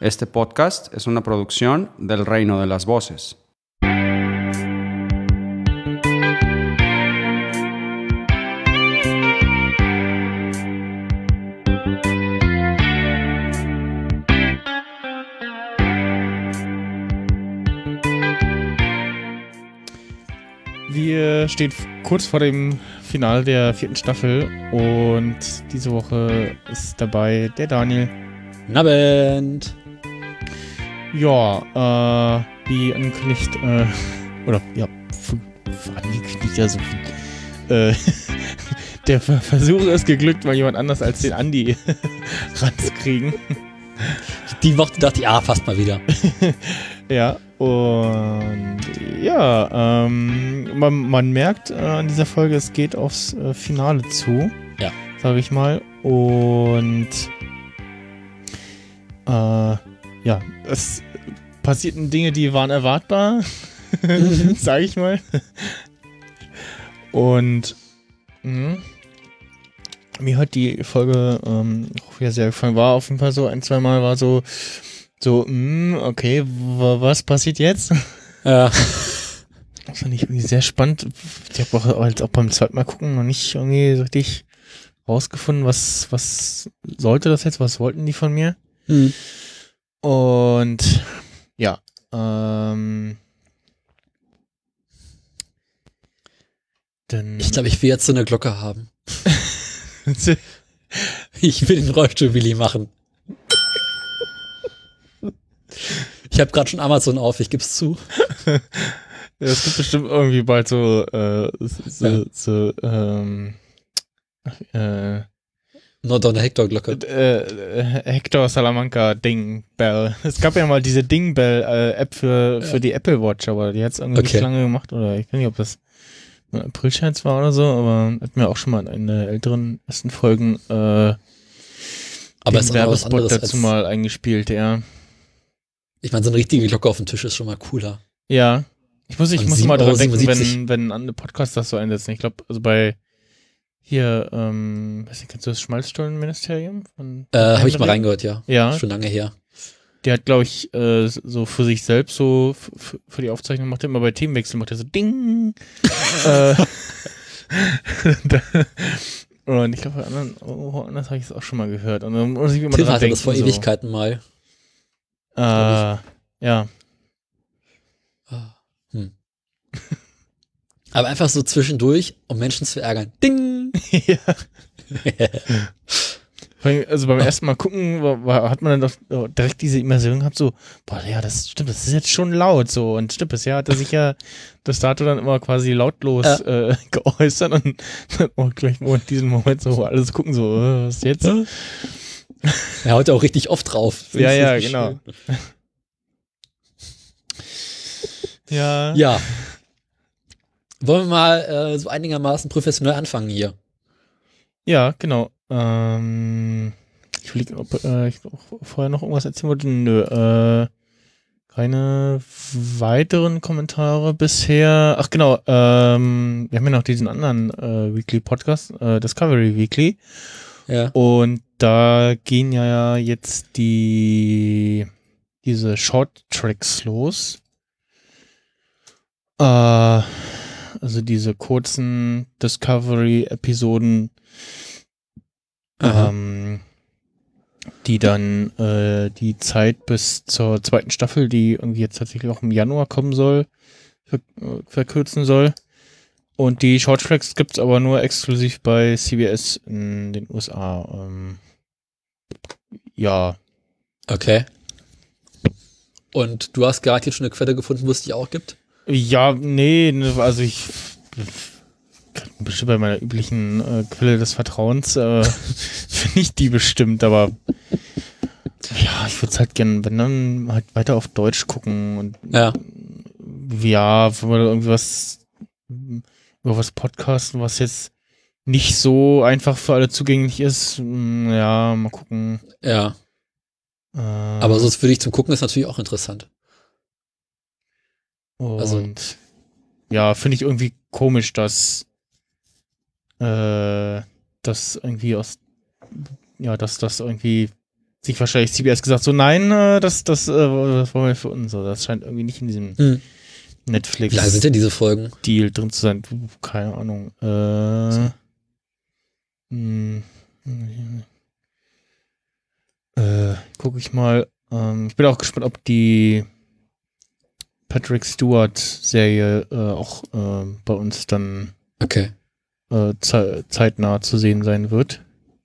Este podcast es una producción del Reino de las Voces. Wir stehen kurz vor dem Finale der 4. Staffel und diese Woche ist dabei der Daniel. Guten Abend. Ja, wie angekündigt, angekündigt, also der Versuch ist geglückt, mal jemand anders als den Andi ranzukriegen. Die Woche dachte ich, fast mal wieder. Ja, und ja, man merkt an dieser Folge, es geht aufs Finale zu, ja, sage ich mal. Und ja, es passierten Dinge, die waren erwartbar, sage ich mal. Und mir hat die Folge auch wieder sehr gefallen. War auf jeden Fall so ein, zweimal war so, okay, was passiert jetzt? Ja. Das fand ich irgendwie sehr spannend. Ich habe auch beim zweiten Mal gucken noch nicht irgendwie so richtig rausgefunden, was sollte das jetzt, was wollten die von mir? Mhm. Und ja, dann ich glaube, ich will jetzt so eine Glocke haben. Ich will den Rollstuhl-Willi machen. Ich habe gerade schon Amazon auf, ich geb's zu. Ja, es gibt bestimmt irgendwie bald so Nordonner Hector-Glocke. Hector Salamanca Ding Bell. Es gab ja mal diese Ding Bell App für die Apple Watch, aber die hat's irgendwie nicht lange gemacht, oder ich weiß nicht, ob das ein Aprilscherz war oder so, aber hat mir auch schon mal in den älteren ersten Folgen aber es ist auch was anderes dazu mal eingespielt, ja. Ich meine, so eine richtige Glocke auf dem Tisch ist schon mal cooler. Ja. Ich muss mal dran denken, 77. wenn andere Podcasts das so einsetzen. Ich glaube, also bei hier, weiß nicht, kennst du das Schmalzstollenministerium? Habe ich mal reingehört, ja. Ja. Schon lange her. Der hat, glaube ich, so für sich selbst so für die Aufzeichnung macht er immer bei Themenwechsel, macht er so Ding. Und ich glaube, bei anderen, anders habe ich es auch schon mal gehört. Und dann muss ich immer Tim dran hatte denken. das vor Ewigkeiten mal. Ja. Aber einfach so zwischendurch, um Menschen zu ärgern. Ding! Ja. Also beim ersten Mal gucken, hat man dann doch direkt diese Immersion gehabt, so, boah, ja, das stimmt, das ist jetzt schon laut, so, und stimmt, bisher hat er sich ja das Dato dann immer quasi lautlos geäußert und dann gleich in diesem Moment so alles gucken, so, was ist jetzt? Er haut auch richtig oft drauf. Ja, genau. Ja. Ja. Wollen wir mal so einigermaßen professionell anfangen hier? Ja, genau. Ich überlege, ob ich vorher noch irgendwas erzählen wollte. Nö, keine weiteren Kommentare bisher. Ach genau, wir haben ja noch diesen anderen Weekly-Podcast, Discovery Weekly. Ja. Und da gehen ja jetzt diese Short-Tracks los. Also diese kurzen Discovery-Episoden, die dann die Zeit bis zur 2. Staffel, die irgendwie jetzt tatsächlich auch im Januar kommen soll, verkürzen soll. Und die Shorttracks gibt's aber nur exklusiv bei CBS in den USA. Ja. Okay. Und du hast gerade jetzt schon eine Quelle gefunden, wo es die auch gibt? Ja, nee, also ich bestimmt bei meiner üblichen Quelle des Vertrauens finde ich die bestimmt, aber ja, ich würde es halt gerne, wenn dann halt weiter auf Deutsch gucken und ja, wenn wir irgendwie über was podcasten, was jetzt nicht so einfach für alle zugänglich ist, ja, mal gucken. Ja. Aber so für dich zum Gucken ist natürlich auch interessant. Und ja, finde ich irgendwie komisch, dass das irgendwie dass das irgendwie sich wahrscheinlich CBS gesagt, so nein, das wollen wir für uns. So, das scheint irgendwie nicht in diesem Netflix. Wie lange sind denn diese Folgen? Deal drin zu sein. Keine Ahnung. Gucke ich mal. Ich bin auch gespannt, ob die Patrick Stewart-Serie auch bei uns dann zeitnah zu sehen sein wird.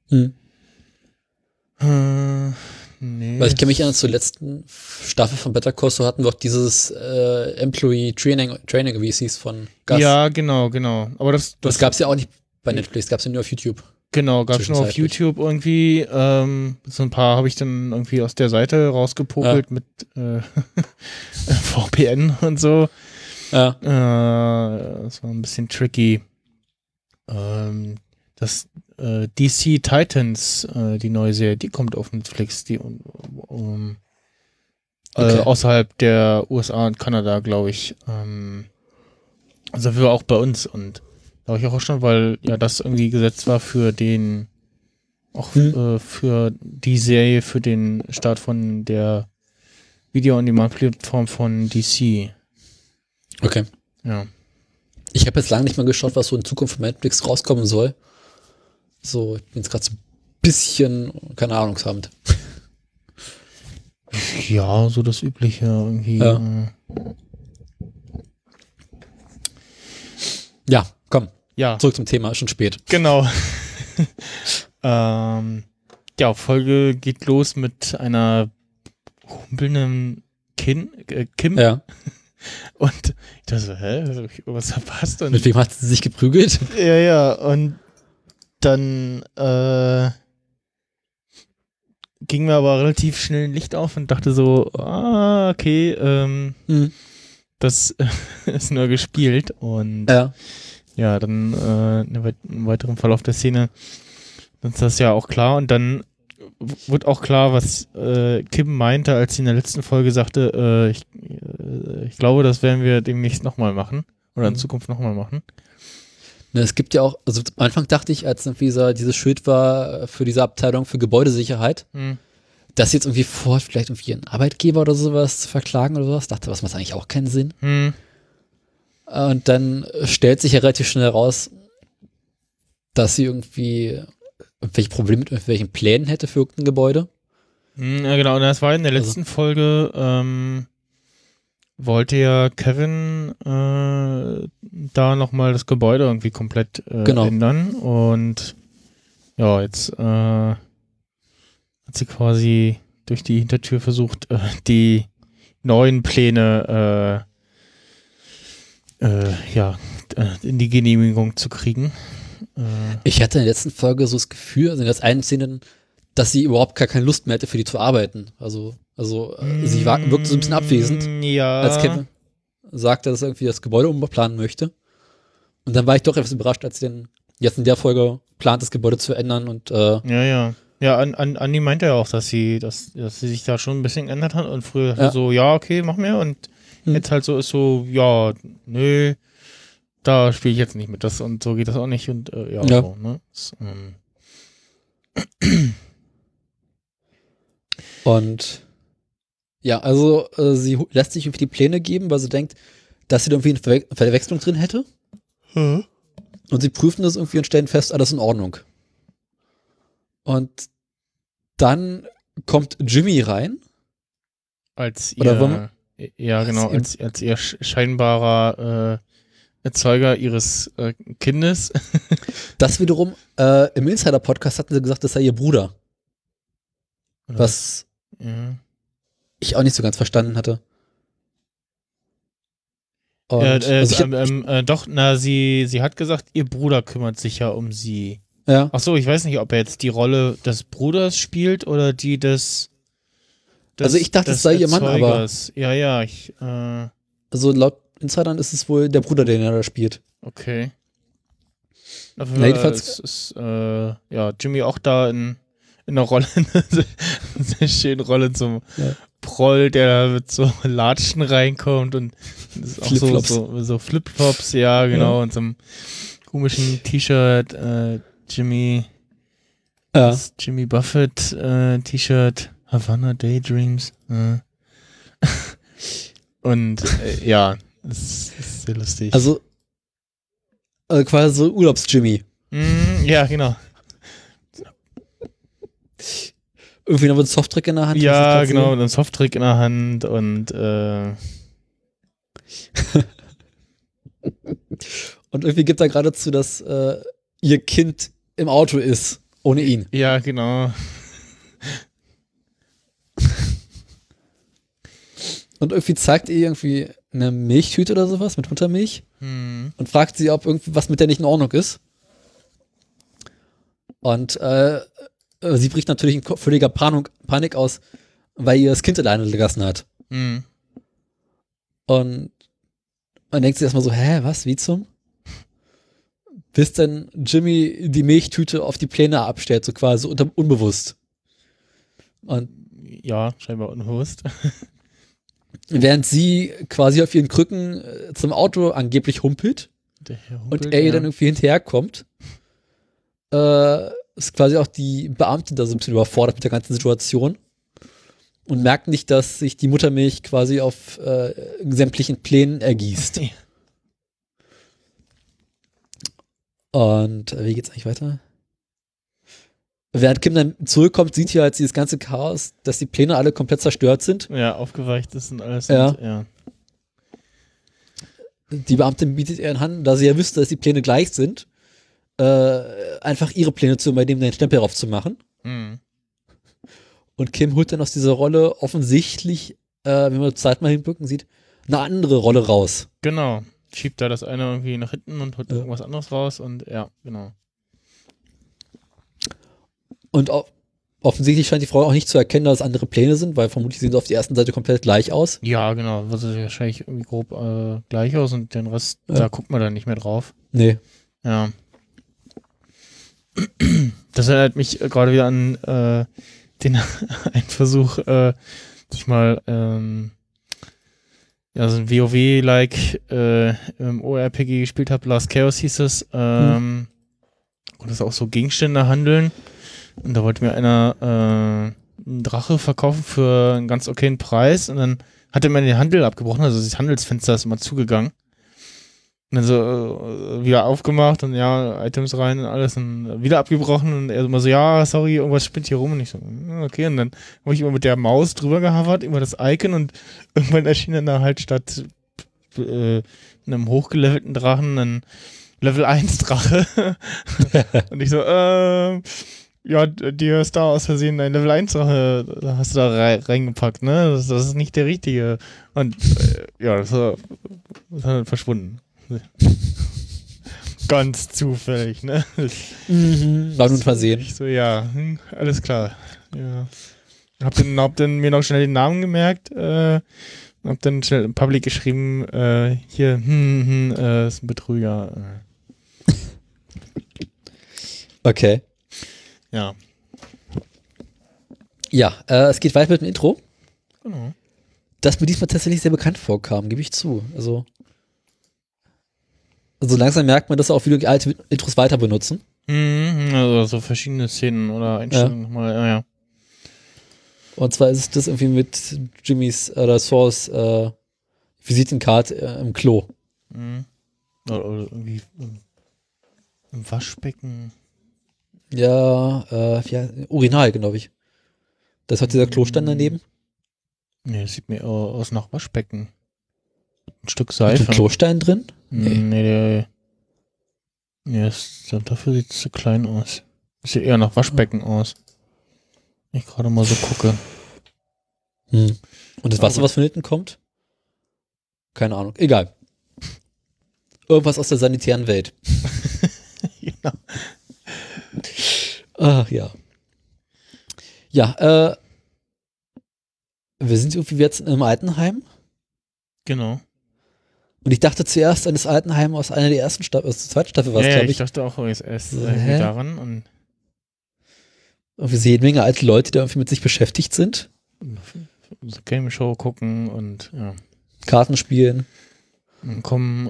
Nee. Weil ich kenne mich an zur letzten Staffel von Better Call Saul hatten wir auch dieses Employee Training, wie es hieß, von Gus. Ja, genau. Aber das gab es ja auch nicht bei Netflix, gab es ja nur auf YouTube. Genau, gab es nur auf YouTube irgendwie. So ein paar habe ich dann irgendwie aus der Seite rausgepokelt mit VPN und so. Ja. Das war ein bisschen tricky. Das DC Titans, die neue Serie, die kommt auf Netflix, die außerhalb der USA und Kanada, glaube ich. Also für auch bei uns, und da habe ich auch schon, weil ja das irgendwie gesetzt war für den für die Serie, für den Start von der Video-on-Demand-Plattform von DC. Okay. Ja. Ich habe jetzt lange nicht mehr geschaut, was so in Zukunft von Netflix rauskommen soll. So, ich bin jetzt gerade so ein bisschen, keine Ahnungshabend. Ja, so das Übliche irgendwie. Ja, komm. Ja. Zurück zum Thema, ist schon spät. Genau. Ja, Folge geht los mit einer humpelnden Kim. Ja. Und ich dachte so, hab ich irgendwas verpasst? Und mit wem hat sie sich geprügelt? Ja, und dann ging mir aber relativ schnell ein Licht auf und dachte so, okay, das ist nur gespielt. Und ja, dann im weiteren Verlauf der Szene ist das ja auch klar. Und dann wird auch klar, was Kim meinte, als sie in der letzten Folge sagte, ich glaube, das werden wir demnächst nochmal machen. Oder in Zukunft nochmal machen. Ne, es gibt ja auch, also am Anfang dachte ich, als dieses Schild war für diese Abteilung für Gebäudesicherheit, dass sie jetzt irgendwie vorhat, vielleicht irgendwie ihren Arbeitgeber oder sowas zu verklagen oder sowas. Dachte, was macht eigentlich auch keinen Sinn. Und dann stellt sich ja relativ schnell raus, dass sie irgendwie irgendwelche Probleme mit irgendwelchen Plänen hätte für irgendein Gebäude. Ja, genau. Und das war in der letzten Folge, wollte ja Kevin da nochmal das Gebäude irgendwie komplett ändern. Und ja, jetzt hat sie quasi durch die Hintertür versucht, die neuen Pläne in die Genehmigung zu kriegen. Ich hatte in der letzten Folge so das Gefühl, also in der einen Szene, dass sie überhaupt gar keine Lust mehr hätte, für die zu arbeiten. Also sie wirkte so ein bisschen abwesend, als Kevin sagte, dass er irgendwie das Gebäude umplanen möchte. Und dann war ich doch etwas überrascht, als sie dann jetzt in der Folge plant, das Gebäude zu ändern. Und Ja, Andi meinte ja auch, dass sie sich da schon ein bisschen geändert hat und früher so, ja, okay, mach mir, und jetzt halt so ist so, ja, nö, da spiele ich jetzt nicht mit, das und so geht das auch nicht, und so, ne? Und ja, also sie lässt sich irgendwie die Pläne geben, weil sie denkt, dass sie da irgendwie eine Verwechslung drin hätte. Und sie prüfen das irgendwie und stellen fest, alles in Ordnung. Und dann kommt Jimmy rein. Als ihr scheinbarer Erzeuger ihres Kindes. Das wiederum, im Insider-Podcast hatten sie gesagt, das sei ihr Bruder. Was ich auch nicht so ganz verstanden hatte. Und, sie hat gesagt, ihr Bruder kümmert sich ja um sie. Ja. Achso, ich weiß nicht, ob er jetzt die Rolle des Bruders spielt oder die des also ich dachte, es sei ihr Mann, aber also laut Insidern ist es wohl der Bruder, den er da spielt. Okay. Jedenfalls ist Jimmy auch da in einer Rolle, eine sehr schöne Rolle zum Proll, der mit so Latschen reinkommt und das ist auch so Flipflops, ja, genau, und so einem komischen T-Shirt, Jimmy. Ja. Das Jimmy Buffett T-Shirt, Havana Daydreams. Und ja, das ist sehr lustig. Also quasi so Urlaubs-Jimmy. Ja, genau. Irgendwie noch mit einem Softdrink in der Hand. Ja, genau, mit einem Softdrink in der Hand und Und irgendwie gibt er gerade zu, dass ihr Kind im Auto ist, ohne ihn. ja, genau. Und irgendwie zeigt ihr irgendwie eine Milchtüte oder sowas mit Muttermilch und fragt sie, ob irgendwas mit der nicht in Ordnung ist. Und sie bricht natürlich in völliger Panik aus, weil ihr das Kind alleine gelassen hat. Und man denkt sich erstmal so, hä, was, wie zum? Bis dann Jimmy die Milchtüte auf die Pläne abstellt, so quasi unbewusst. Und Ja, scheinbar unbewusst. während sie quasi auf ihren Krücken zum Auto angeblich humpelt Der Herr Humpel, und er ihr dann irgendwie hinterherkommt, ist quasi auch die Beamtin da so ein bisschen überfordert mit der ganzen Situation und merkt nicht, dass sich die Muttermilch quasi auf sämtlichen Plänen ergießt. Und wie geht's eigentlich weiter? Während Kim dann zurückkommt, sieht hier halt dieses ganze Chaos, dass die Pläne alle komplett zerstört sind. Ja, aufgeweicht ist und alles. Ja. Und, ja. Die Beamtin bietet ihr an, da sie ja wüsste, dass die Pläne gleich sind, einfach ihre Pläne zu übernehmen, den Stempel drauf zu machen. Und Kim holt dann aus dieser Rolle offensichtlich, wenn man Zeit mal hinblicken sieht, eine andere Rolle raus. Genau. Schiebt da das eine irgendwie nach hinten und holt irgendwas anderes raus und ja, genau. Und offensichtlich scheint die Frau auch nicht zu erkennen, dass es andere Pläne sind, weil vermutlich sehen sie auf der ersten Seite komplett gleich aus. Ja, genau. Das sieht wahrscheinlich irgendwie grob gleich aus und den Rest, da guckt man dann nicht mehr drauf. Nee. Ja. Das erinnert mich gerade wieder an den einen Versuch, sich mal ja, so ein WoW-like im ORPG gespielt habe. Last Chaos hieß es. Und das auch so Gegenstände handeln. Und da wollte mir einer einen Drache verkaufen für einen ganz okayen Preis. Und dann hat er mir den Handel abgebrochen. Also das Handelsfenster ist immer zugegangen. Und dann so wieder aufgemacht und ja, Items rein und alles und wieder abgebrochen und er immer so, ja, sorry, irgendwas spinnt hier rum und ich so, okay, und dann habe ich immer mit der Maus drüber gehovert, über das Icon und irgendwann erschien dann da halt statt einem hochgelevelten Drachen ein Level 1 Drache und ich so, ja, dir ist da aus Versehen ein Level 1 Drache, da hast du da reingepackt, ne, das ist nicht der richtige und ja, das hat dann verschwunden. Ganz zufällig, ne? War nun versehen. Ich so, ja, alles klar. Ja. Hab dann mir noch schnell den Namen gemerkt, hab dann schnell im Public geschrieben, hier, ist ein Betrüger. Okay. Ja. Ja, es geht weiter mit dem Intro. Genau. Das mir diesmal tatsächlich sehr bekannt vorkam, gebe ich zu. Also langsam merkt man, dass auch wieder alte Intros weiter benutzen. Also so verschiedene Szenen oder Einstellungen nochmal, ja. Und zwar ist das irgendwie mit Jimmys oder Saws Visitenkarte im Klo. Oder irgendwie im Waschbecken. Ja, Urinal, glaube ich. Das hat dieser Klostein daneben. Nee, das sieht mir aus nach Waschbecken. Ein Stück Mit Seife. dem Klostein drin? Nee, dafür sieht es zu klein aus. Sieht eher nach Waschbecken aus. Wenn ich gerade mal so gucke. Und das Wasser, was von hinten kommt? Keine Ahnung. Egal. Irgendwas aus der sanitären Welt. Genau. Ach ja. Ja, wir sind irgendwie jetzt im Altenheim. Genau. Und ich dachte zuerst an das Altenheim aus einer der ersten Staffeln, aus der zweiten Staffel war es, glaube ich ich. dachte auch erst Hä? daran. Und wir sehen jede Menge alte Leute, die irgendwie mit sich beschäftigt sind. so Game Show gucken und ja. Karten spielen. Dann kommen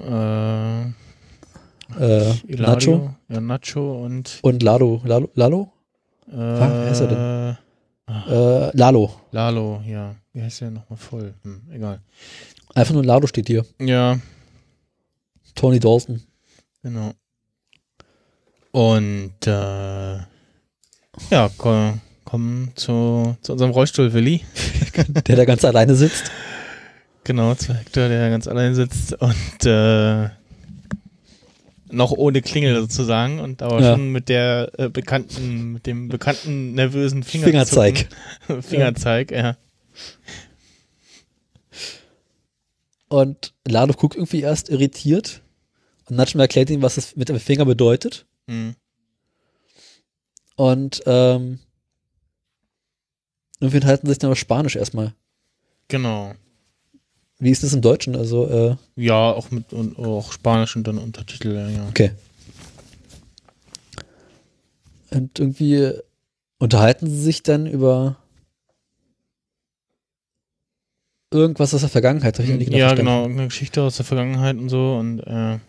Nacho. Ja, Nacho und Und Lalo? Wer heißt er denn? Lalo. Lalo, ja. Wie heißt der nochmal voll? Egal. Einfach nur Lalo steht hier. Ja, Tony Dalton. genau. Und ja, kommen zu unserem Rollstuhl, Willi. Der da ganz alleine sitzt. Genau, zu Hector, der ganz allein sitzt und noch ohne Klingel sozusagen und aber schon mit der mit dem bekannten nervösen Fingerzeig. Fingerzeig, ja. Und Lalo guckt irgendwie erst irritiert und Nacho erklärt ihm, was es mit dem Finger bedeutet. Mhm. Und irgendwie unterhalten sich dann auf Spanisch erstmal. Genau. Wie ist das im Deutschen? Also, Ja, auch mit und auch Spanisch und dann Untertitel, ja. okay. Und irgendwie unterhalten sie sich dann über irgendwas aus der Vergangenheit. Hab ich nicht Ja, verstanden. genau, irgendeine Geschichte aus der Vergangenheit und so und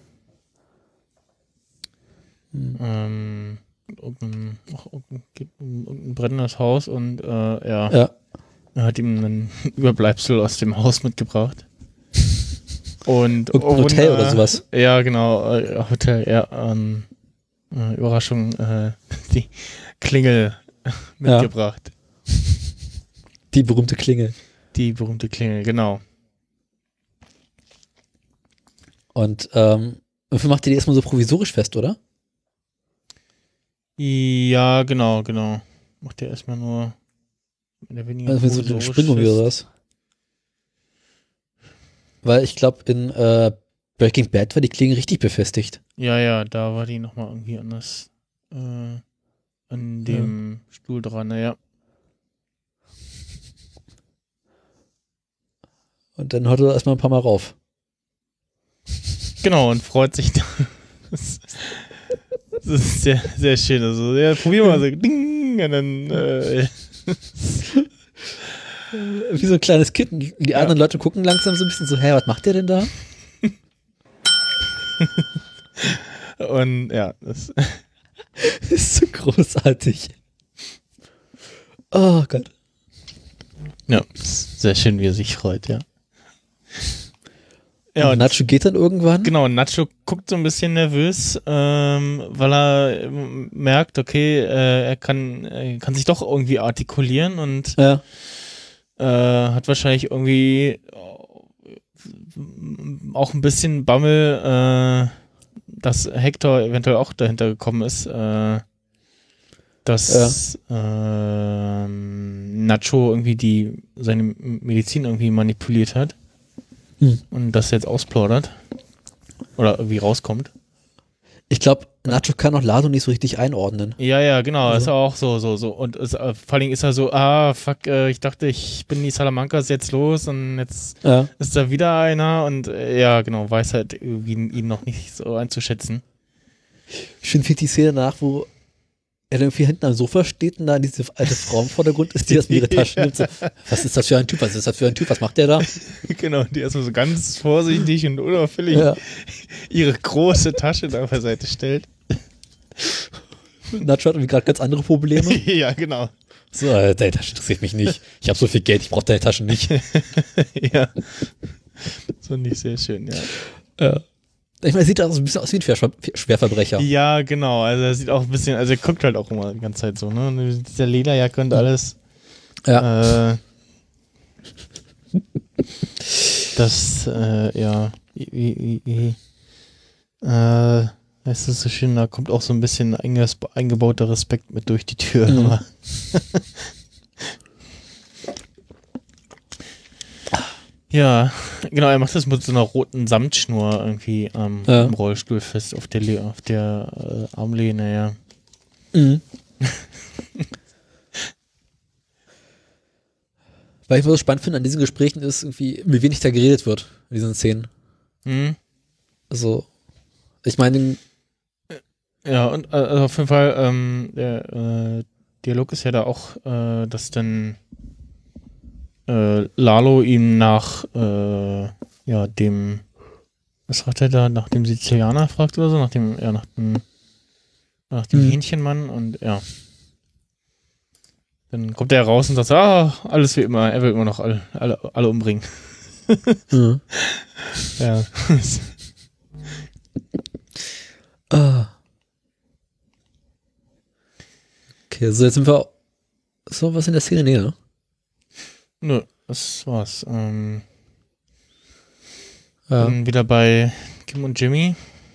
geht um irgendein brennendes Haus und ja. Ja. Er hat ihm ein Überbleibsel aus dem Haus mitgebracht. Und Irgendein Hotel oder sowas. Ja, genau, Hotel, ja. Überraschung, die Klingel mitgebracht. Die berühmte Klingel. Die berühmte Klingel, genau. Und irgendwie macht ihr die erstmal so provisorisch fest, oder? Ja, genau. Macht er erstmal nur Also so ein Springgummi oder was? Weil ich glaube, in Breaking Bad war die Klinge richtig befestigt. Ja, da war die nochmal irgendwie anders an dem Stuhl dran, naja. Und dann haut er erstmal ein paar Mal rauf. Genau, und freut sich da. Das ist sehr, sehr schön. Also, ja, probier mal so. Ding, und dann wie so ein kleines Kind. Die anderen Leute gucken langsam so ein bisschen so, hä, was macht der denn da? Und ja, das ist so großartig. Oh Gott. Ja, sehr schön, wie er sich freut, ja. Ja, und Nacho geht dann irgendwann. Genau, Nacho guckt so ein bisschen nervös, weil er merkt, okay, er kann sich doch irgendwie artikulieren und hat wahrscheinlich irgendwie auch ein bisschen Bammel, dass Hector eventuell auch dahinter gekommen ist, dass Nacho irgendwie seine Medizin irgendwie manipuliert hat. Und das jetzt ausplaudert. Oder irgendwie rauskommt. Ich glaube, Nacho kann auch Lado nicht so richtig einordnen. Ja, genau. Also. Ist auch so. Und vor allen Dingen ist er so, fuck, ich dachte, ich bin die Salamancas jetzt los und jetzt ist da wieder einer und ja, genau, weiß halt irgendwie ihn noch nicht so einzuschätzen. Ich finde die Szene danach, wo er irgendwie hinten am Sofa steht und da diese alte Frau im Vordergrund ist, die erstmal ihre Taschen nimmt. So, was ist das für ein Typ? Was macht der da? Genau, die erstmal so ganz vorsichtig und unauffällig ihre große Tasche da beiseite stellt. Nacho hat irgendwie gerade ganz andere Probleme. Ja, genau. So, deine Tasche interessiert mich nicht. Ich habe so viel Geld, ich brauche deine Taschen nicht. Ja. Das fand ich sehr schön, ja. Ich meine, er sieht auch so ein bisschen aus wie ein Schwerverbrecher. Ja, genau. Also er sieht auch ein bisschen, also er guckt halt auch immer die ganze Zeit so, ne? Und dieser Lederjacke und alles. Ja. Das, ja. Es ist so schön, da kommt auch so ein bisschen eingebauter Respekt mit durch die Tür. Mhm. Ja, genau, er macht das mit so einer roten Samtschnur irgendwie am Rollstuhl fest auf der Armlehne, ja. Mhm. Weil ich was so spannend finde an diesen Gesprächen ist irgendwie, wie wenig da geredet wird in diesen Szenen. Mhm. Also, ich meine, ja, und also auf jeden Fall, der Dialog ist ja da auch, dass dann Lalo ihm nach dem, was sagt er da, nach dem Sizilianer fragt oder so, nach dem Hähnchenmann und ja. Dann kommt er raus und sagt, alles wie immer, er will immer noch alle umbringen. Mhm. Ja. Okay, so jetzt sind wir so was in der Szene näher. Nö, das war's. Ja. Dann wieder bei Kim und Jimmy.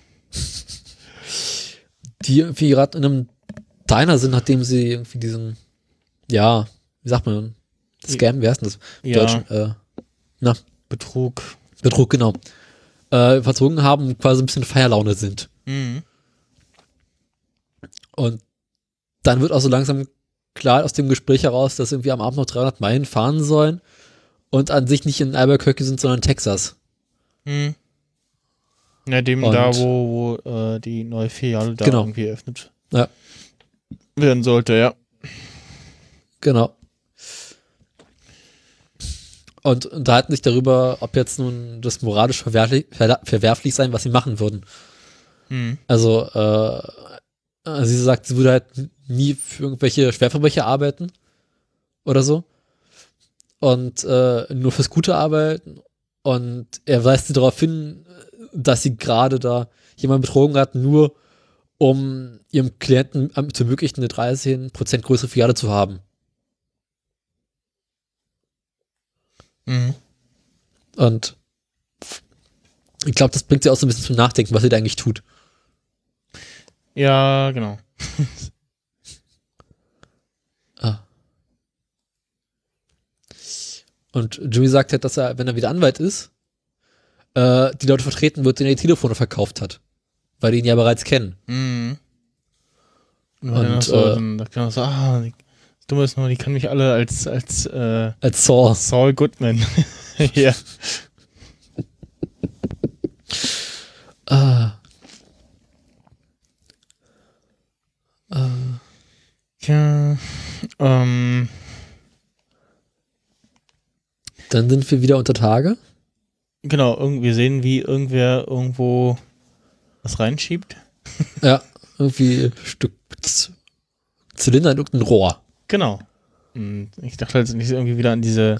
Die irgendwie gerade in einem Diner sind, nachdem sie irgendwie diesen, ja, wie sagt man, Scam, wie heißt denn das? Ja. Deutsch, Betrug. Betrug, genau. Verzogen haben und quasi ein bisschen Feierlaune sind. Mhm. Und dann wird auch so langsam klar aus dem Gespräch heraus, dass irgendwie am Abend noch 300 Meilen fahren sollen und an sich nicht in Albuquerque sind, sondern in Texas. Mhm. Ja, dem Und da, wo die neue Filiale da genau. irgendwie eröffnet Ja. werden sollte, ja. Genau. Und unterhalten sich darüber, ob jetzt nun das moralisch verwerflich sein, was sie machen würden. Mhm. Also, sie sagt, sie würde halt nie für irgendwelche Schwerverbrecher arbeiten oder so. Und nur fürs Gute arbeiten. Und er weist sie darauf hin, dass sie gerade da jemanden betrogen hat, nur um ihrem Klienten zu ermöglichen, eine 13% größere Filiale zu haben. Mhm. Und ich glaube, das bringt sie auch so ein bisschen zum Nachdenken, was sie da eigentlich tut. Ja, genau. Und Jimmy sagt halt, dass er, wenn er wieder Anwalt ist, die Leute vertreten wird, denen er die Telefone verkauft hat. Weil die ihn ja bereits kennen. Mhm. Und, dann kann man so, das Dumme ist nur, die kennen mich alle als Saul. Saul Goodman. Ja. Ja. Dann sind wir wieder unter Tage. Genau, wir sehen, wie irgendwer irgendwo was reinschiebt. Ja, irgendwie ein Stück Zylinder in irgendein Rohr. Genau. Und ich dachte halt nicht irgendwie wieder an diese,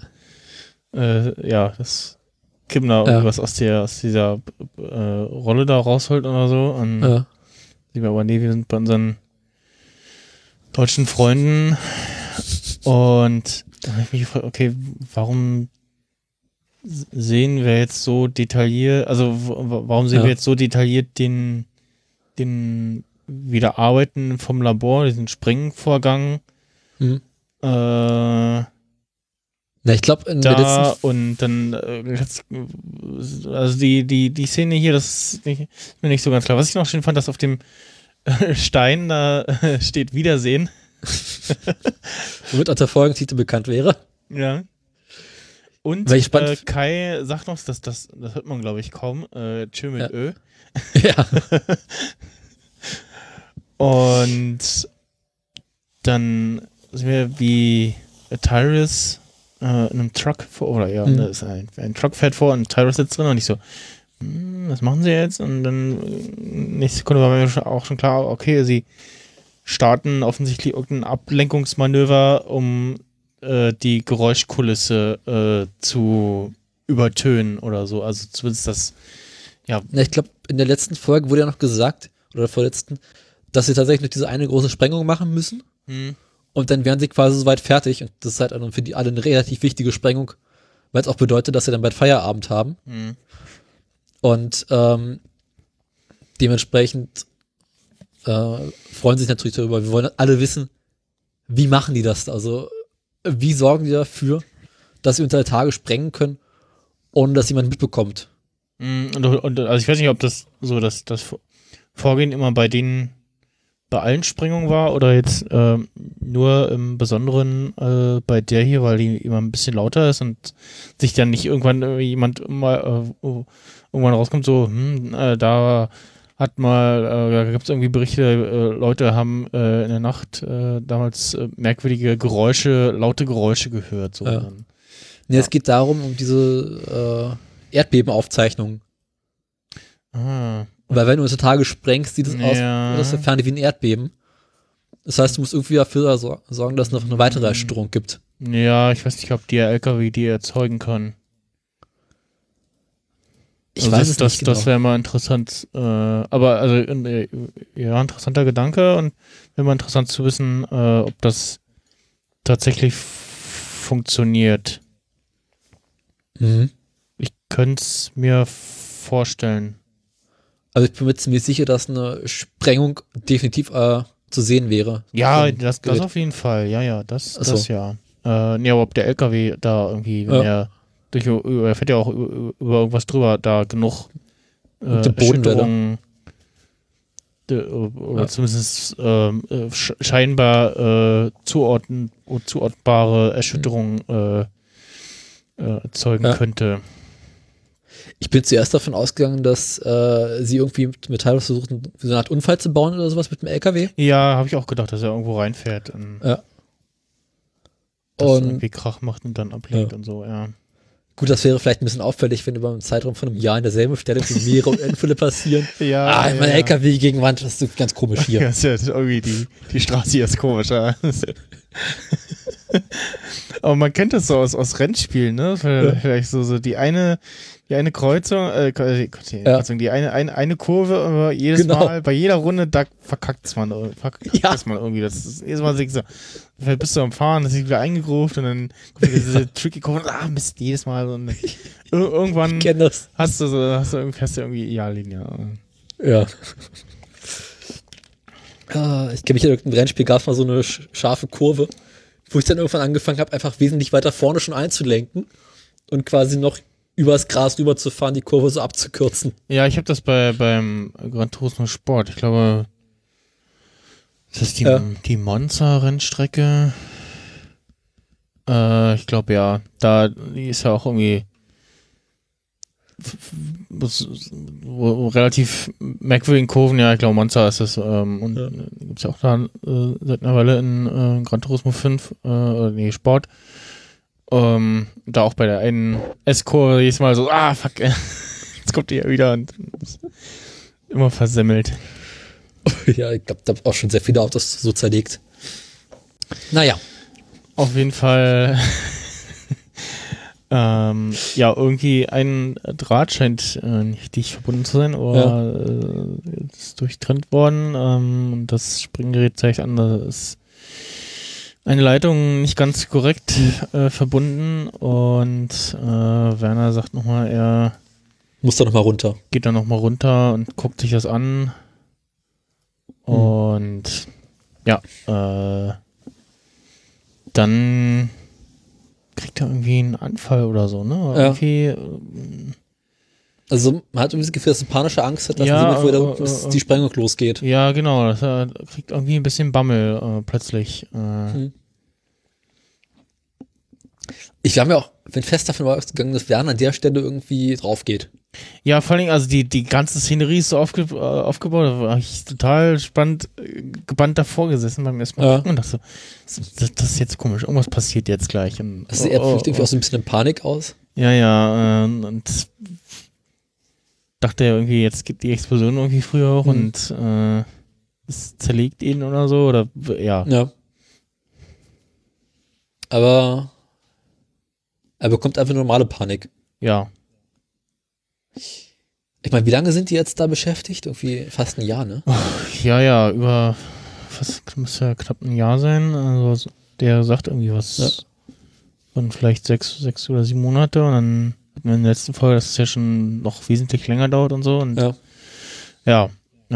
das Kim da irgendwas aus dieser Rolle da rausholt oder so. Und sieht man aber, nee, wir sind bei unseren deutschen Freunden. Und da habe ich mich gefragt, okay, warum sehen wir jetzt so detailliert, also warum sehen wir jetzt so detailliert den Wiederarbeiten vom Labor, diesen Sprengvorgang? Mhm. Ich glaube, in der letzten und dann also die Szene hier, das ist mir nicht so ganz klar. Was ich noch schön fand, dass auf dem Stein da steht Wiedersehen. Womit auch der Folgentitel bekannt wäre. Ja. Und Kai sagt noch, das hört man, glaube ich, kaum, Tschö mit Ö. Ja. Und dann sehen wir, wie Tyrus in einem Truck da ist ein Truck fährt vor und Tyrus sitzt drin und ich so, was machen sie jetzt? Und dann nächste Sekunde war mir auch schon klar, okay, sie starten offensichtlich irgendein Ablenkungsmanöver, um die Geräuschkulisse zu übertönen oder so. Also zumindest das, ja. Ich glaube, in der letzten Folge wurde ja noch gesagt, oder der vorletzten, dass sie tatsächlich noch diese eine große Sprengung machen müssen. Und dann wären sie quasi soweit fertig. Und das ist halt für die alle eine relativ wichtige Sprengung, weil es auch bedeutet, dass sie dann bald Feierabend haben. Und dementsprechend freuen sich natürlich darüber. Wir wollen alle wissen, wie machen die das? Also wie sorgen die dafür, dass sie unter der Tage sprengen können, ohne dass jemand mitbekommt? Und also ich weiß nicht, ob das so das Vorgehen immer bei allen Sprengungen war oder jetzt nur im Besonderen bei der hier, weil die immer ein bisschen lauter ist und sich dann nicht irgendwann jemand mal irgendwann rauskommt, so, da gibt es irgendwie Berichte, Leute haben in der Nacht damals merkwürdige Geräusche, laute Geräusche gehört. So. Ja. Es geht darum, um diese Erdbebenaufzeichnungen. Weil wenn du unter Tage sprengst, sieht es aus aus der Ferne wie ein Erdbeben. Das heißt, du musst irgendwie dafür sorgen, dass es noch eine weitere Erschütterung gibt. Ja, ich weiß nicht, ob die LKW die erzeugen kann. Ich weiß es nicht genau. Das wäre mal interessant. Aber also ja, interessanter Gedanke und wäre mal interessant zu wissen, ob das tatsächlich funktioniert. Mhm. Ich könnte es mir vorstellen. Also ich bin mir ziemlich sicher, dass eine Sprengung definitiv zu sehen wäre. Ja, das auf jeden Fall. Ja, das ja. Nee, aber ob der LKW da irgendwie, wenn er fährt ja auch über irgendwas drüber, da genug Erschütterungen oder zumindest scheinbar zuordnbare Erschütterungen erzeugen könnte. Ich bin zuerst davon ausgegangen, dass sie irgendwie mit Metall versuchen, so eine Art Unfall zu bauen oder sowas mit dem LKW. Ja, habe ich auch gedacht, dass er irgendwo reinfährt und ja. das irgendwie Krach macht und dann ablenkt und so, ja. Gut, das wäre vielleicht ein bisschen auffällig, wenn über einen Zeitraum von einem Jahr an derselben Stelle mehrere Unfälle passieren. Mein LKW gegen Wand, das ist ganz komisch hier. Ja, das ist irgendwie die Straße hier ist komisch, ja. Aber man kennt das so aus Rennspielen, ne? Vielleicht so die eine Kreuzung, die eine Kurve, jedes Mal, bei jeder Runde, da verkackt man irgendwie. Das ist jedes Mal so, vielleicht bist du am Fahren, das ist wieder eingegroovt und dann kommt diese tricky Kurve, Mist, jedes Mal. Und irgendwann hast du irgendwie Ideallinie. Ja. Ich kenne mich in irgendeinem Rennspiel, gab es mal so eine scharfe Kurve, wo ich dann irgendwann angefangen habe, einfach wesentlich weiter vorne schon einzulenken und quasi noch übers Gras rüber zu fahren, die Kurve so abzukürzen. Ja, ich habe das beim Gran Turismo Sport. Ich glaube, das ist die Monza-Rennstrecke. Ich glaube, ja. Die ist ja auch irgendwie relativ merkwürdigen Kurven. Ja, ich glaube, Monza ist das. Und gibt es ja auch da seit einer Weile in Gran Turismo 5, Sport. Da auch bei der einen S-Kurve jedes Mal so, fuck, jetzt kommt die ja wieder und immer versemmelt. Ja, ich glaube, da habe auch schon sehr viele Autos so zerlegt. Naja. Auf jeden Fall, irgendwie ein Draht scheint nicht dicht verbunden zu sein oder ist durchtrennt worden. Und das Springgerät zeigt an, dass eine Leitung nicht ganz korrekt verbunden und Werner sagt nochmal, er muss da nochmal runter. Geht da nochmal runter und guckt sich das an und dann kriegt er irgendwie einen Anfall oder so, ne? Ja. Irgendwie, also man hat irgendwie das Gefühl, dass er panische Angst hat, dass die Sprengung losgeht. Ja, genau. Er kriegt irgendwie ein bisschen Bammel plötzlich. Ich war mir auch fest davon ausgegangen, dass Werner an der Stelle irgendwie drauf geht. Ja, vor allem, also die ganze Szenerie ist so aufgebaut, da war ich total gebannt davor gesessen beim ersten Mal gucken und dachte so, das ist jetzt komisch, irgendwas passiert jetzt gleich. Und, also er fliegt irgendwie auch so ein bisschen in Panik aus. Ja, und dachte er irgendwie, jetzt geht die Explosion irgendwie früher hoch und es zerlegt ihn oder so, oder ja. Aber er bekommt einfach normale Panik. Ja. Ich meine, wie lange sind die jetzt da beschäftigt? Irgendwie fast ein Jahr, ne? Ja, über müsste ja knapp ein Jahr sein. Also der sagt irgendwie was von vielleicht 6 oder 7 Monate und dann hatten wir in der letzten Folge, dass es ja schon noch wesentlich länger dauert und so. Und ja,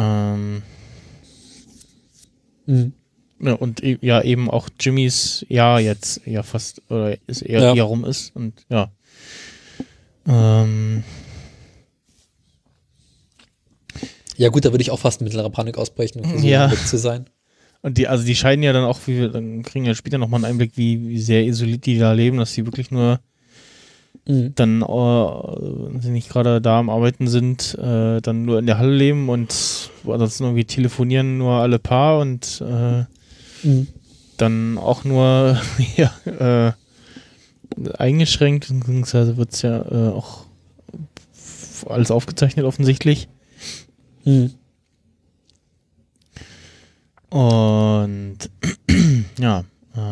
und eben auch Jimmys Jahr jetzt fast oder ist eher rum ist und ja gut, da würde ich auch fast mittlere Panik ausbrechen, um weg zu sein. Und die scheinen ja dann auch, dann kriegen wir später nochmal einen Einblick, wie sehr isoliert die da leben, dass sie wirklich nur dann, wenn sie nicht gerade da am Arbeiten sind, dann nur in der Halle leben und ansonsten irgendwie telefonieren nur alle Paar und dann auch nur eingeschränkt, beziehungsweise wird es ja auch alles aufgezeichnet offensichtlich. Und ja,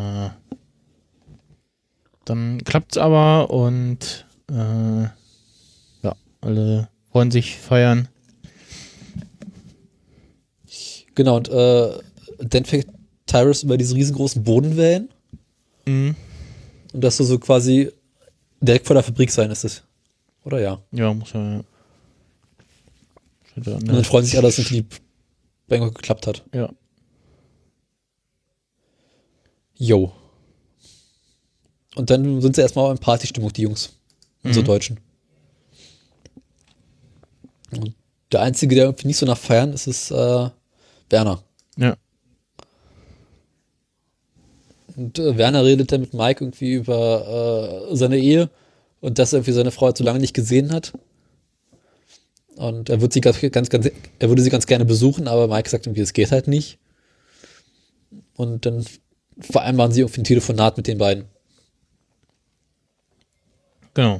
dann klappt's aber und ja, alle freuen sich, feiern. Genau, und dann fängt Tyrus über diese riesengroßen Bodenwellen. Mhm. Und dass du so quasi direkt vor der Fabrik sein ist es. Oder ja. Ja, muss ja. Und dann freuen sich alle, dass irgendwie die Bangkok geklappt hat. Ja. Yo. Und dann sind sie erstmal in Partystimmung, die Jungs. Unsere Deutschen. Und der Einzige, der irgendwie nicht so nach Feiern ist, ist Werner. Ja. Und Werner redet dann mit Mike irgendwie über seine Ehe und dass er irgendwie seine Frau zu lange nicht gesehen hat. Und er würde sie er würde sie ganz gerne besuchen, aber Mike sagt irgendwie, es geht halt nicht. Und dann vereinbaren sie irgendwie ein Telefonat mit den beiden. Genau.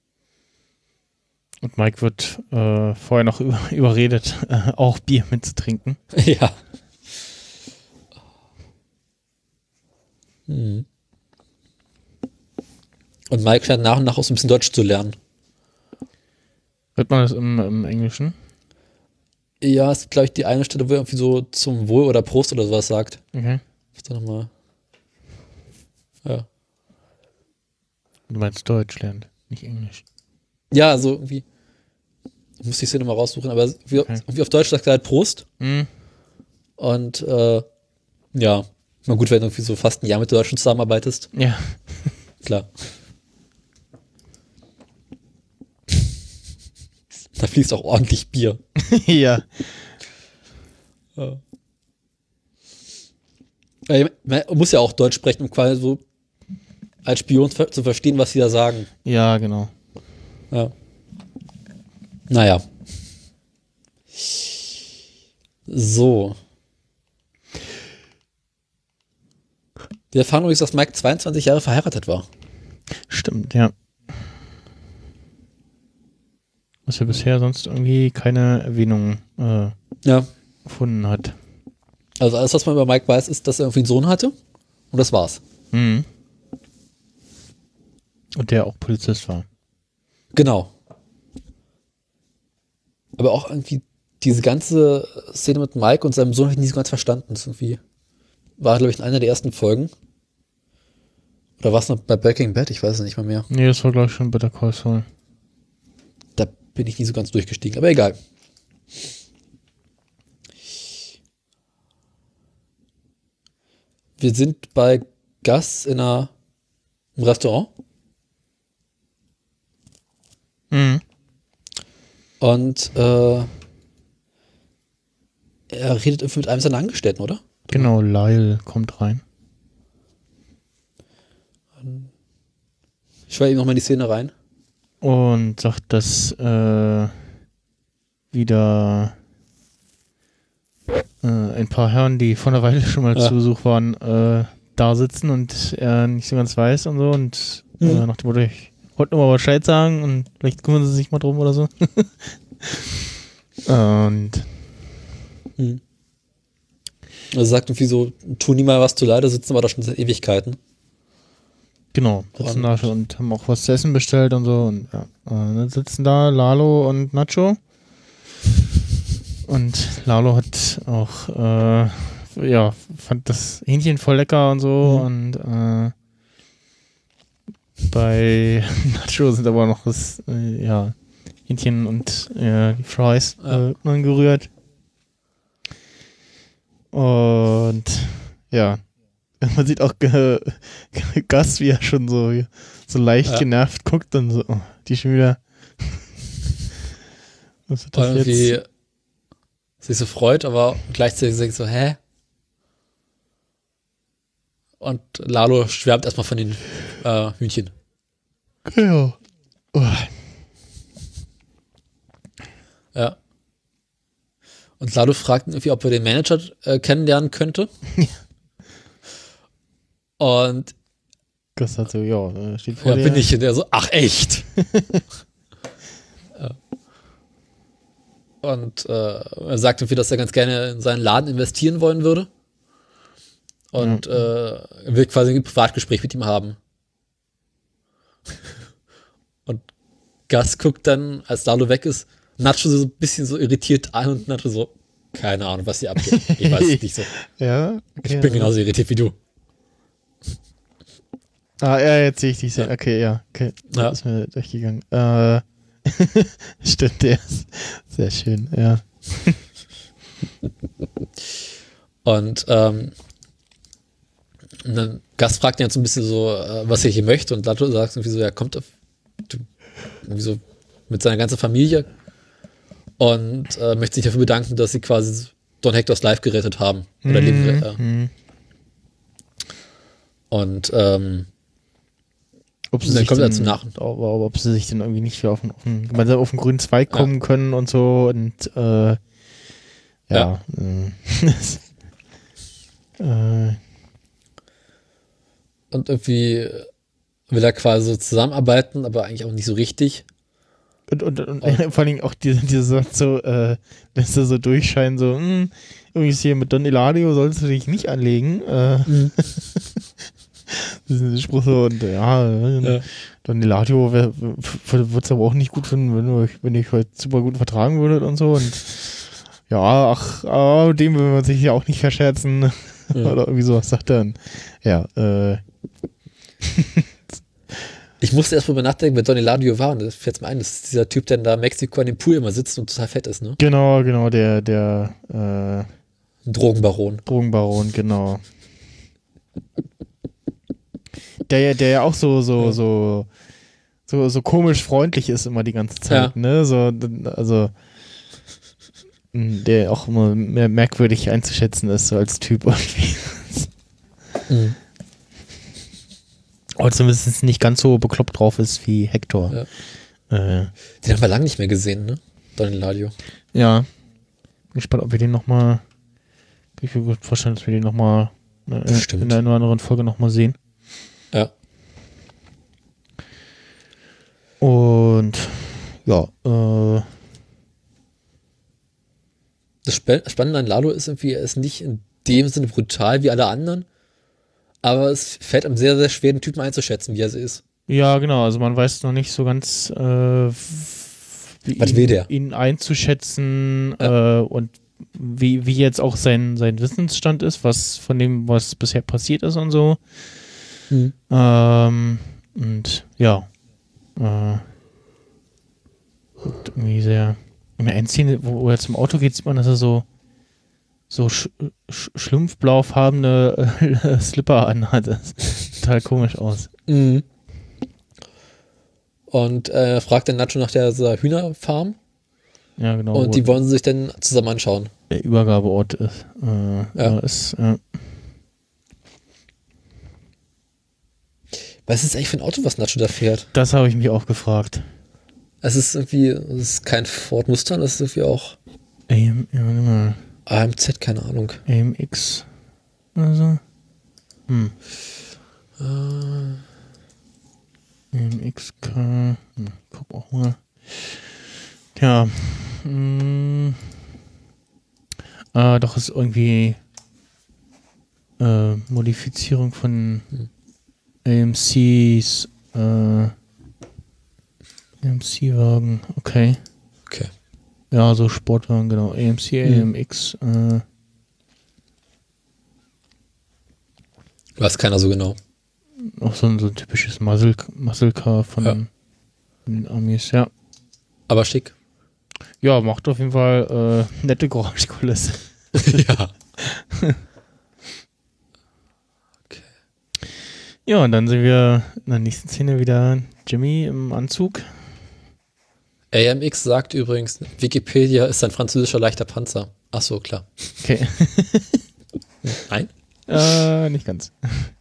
Und Mike wird vorher noch überredet, auch Bier mitzutrinken. Ja. Und Mike scheint nach und nach auch so ein bisschen Deutsch zu lernen. Hört man das im Englischen? Ja, es ist, glaube ich, die eine Stelle, wo er irgendwie so zum Wohl oder Prost oder sowas sagt. Okay. Was da nochmal? Ja. Du meinst Deutsch lernt, nicht Englisch. Ja, also irgendwie. Müsste ich es hier nochmal raussuchen, aber irgendwie auf Deutsch sagt er halt Prost. Mhm. Und ja, na gut, wenn du irgendwie so fast ein Jahr mit Deutschen zusammenarbeitest. Ja. Klar. Da fließt auch ordentlich Bier. Ja. Man muss ja auch Deutsch sprechen, um quasi so als Spion zu verstehen, was sie da sagen. Ja, genau. Ja. Naja. So. Wir erfahren übrigens, dass Mike 22 Jahre verheiratet war. Stimmt, ja. Was ja bisher sonst irgendwie keine Erwähnung Ja. gefunden hat. Also alles, was man über Mike weiß, ist, dass er irgendwie einen Sohn hatte. Und das war's. Mhm. Und der auch Polizist war. Genau. Aber auch irgendwie diese ganze Szene mit Mike und seinem Sohn habe ich nicht so ganz verstanden. Das irgendwie war, glaube ich, in einer der ersten Folgen. Oder war es noch bei Breaking Bad? Ich weiß es nicht mal mehr. Nee, das war, glaube ich, schon Better Call Saul. Da bin ich nie so ganz durchgestiegen. Aber egal. Wir sind bei Gus im Restaurant. Mhm. Und er redet irgendwie mit einem seiner Angestellten, oder? Genau, Lyle kommt rein. Ich war eben noch mal in die Szene rein. Und sagt, dass wieder ein paar Herren, die vor einer Weile schon mal zu Besuch waren, da sitzen und er nicht so ganz weiß und so. Und nach dem Motto, ich wollte nur mal Bescheid sagen und vielleicht kümmern sie sich mal drum oder so. Und Also sagt irgendwie so, tu nie mal was zu leid, da sitzen wir da schon seit Ewigkeiten. genau, sitzen da schon und haben auch was zu essen bestellt und so. Und ja, dann sitzen da Lalo und Nacho. Und Lalo hat auch, ja, fand das Hähnchen voll lecker und so. Und bei Nacho sind aber noch das, ja, Hähnchen und die Fries angerührt. Und ja, man sieht auch Gus, wie er schon so leicht genervt guckt und so, oh, die schon wieder. Was wird das Irgendwie jetzt? sich so freut, aber gleichzeitig sagt so, hä? Und Lalo schwärmt erstmal von den Hühnchen. Ja. Oh. Ja. Und Lalo fragt ihn irgendwie, ob er den Manager kennenlernen könnte. Und Gus hat so, ja, steht vor ja, dir. bin ich. Und der so, ach echt? Ja. Und er sagt irgendwie, dass er ganz gerne in seinen Laden investieren wollen würde. und will quasi ein Privatgespräch mit ihm haben. Und Gus guckt dann, als Lalo weg ist, Nacho so ein bisschen so irritiert an und Nacho so, keine Ahnung, was hier abgeht. Ich weiß es nicht so. Ja, okay, Ich bin genauso irritiert wie du. Ah, ja, jetzt sehe ich dich sehr. Okay, ja, okay. Ja. Ist mir durchgegangen. Stimmt, der ist sehr schön, ja. Und dann Gus fragt ihn jetzt so ein bisschen so, was er hier möchte, und Lato sagt irgendwie so, er kommt irgendwie so mit seiner ganzen Familie und möchte sich dafür bedanken, dass sie quasi Don Hectors Life gerettet haben. Oder Leben. Und ob sie dann sich kommt er dann, zum Nach. ob sie sich dann irgendwie nicht wieder auf den grünen Zweig kommen können und so und ja. Und irgendwie will er quasi so zusammenarbeiten, aber eigentlich auch nicht so richtig. Und vor allem auch diese Satz so, lässt er so durchscheinen, so, irgendwie ist hier mit Don Eladio sollst du dich nicht anlegen. Das ist ein Spruch so, und Don Eladio wird es aber auch nicht gut finden, wenn ich heute super gut vertragen würdet und so. Und ja, dem will man sich ja auch nicht verscherzen. Oder irgendwie sowas sagt er dann. Ja, Ich musste erst drüber nachdenken, wer Don Eladio war, und das fällt mir ein, das ist dieser Typ, der da in Mexiko an dem Pool immer sitzt und total fett ist, ne? Genau, der Drogenbaron, genau. Der ja auch so komisch freundlich ist immer die ganze Zeit, ne? So, also der auch immer mehr merkwürdig einzuschätzen ist, so als Typ irgendwie. Aber zumindest nicht ganz so bekloppt drauf ist wie Hector. Ja. Den haben wir lange nicht mehr gesehen, ne? Don Eladio. Ja. Bin gespannt, ob wir den nochmal. Ich will mir gut vorstellen, dass wir den nochmal in einer oder anderen Folge nochmal sehen. Ja. Und ja, Das Spannende an Lalo ist irgendwie, er ist nicht in dem Sinne brutal wie alle anderen, aber es fällt einem sehr, sehr schwer, den Typen einzuschätzen, wie er so ist. Ja, genau, also man weiß noch nicht so ganz, Was will der? ihn einzuschätzen und wie jetzt auch sein Wissensstand ist, was von dem, was bisher passiert ist und so. Und ja, irgendwie sehr. In der Endszene, wo er zum Auto geht, sieht man, dass er so schlumpfblaufarbene Slipper anhat. Das sieht total komisch aus. Und fragt dann Nacho nach der Hühnerfarm. Ja, genau. Und die wollen sie sich dann zusammen anschauen. Der Übergabeort ist. Was ist eigentlich für ein Auto, was Nacho da fährt? Das habe ich mich auch gefragt. Es ist kein Ford Mustang, das ist irgendwie auch AMZ, keine Ahnung. AMX. Also. AMXK. Guck auch mal. Tja. Doch ist irgendwie Modifizierung von AMCs. AMC-Wagen, okay. Ja, so Sportwagen, genau. AMC, AMX. Weiß keiner so genau. Auch so ein typisches Muscle Car von den Amis, ja. Aber schick. Ja, macht auf jeden Fall nette Geräuschkulisse. Ja. Okay. Ja, und dann sind wir in der nächsten Szene wieder Jimmy im Anzug. AMX sagt übrigens, Wikipedia ist ein französischer leichter Panzer. Ach so, klar. Okay. Nein? Nicht ganz.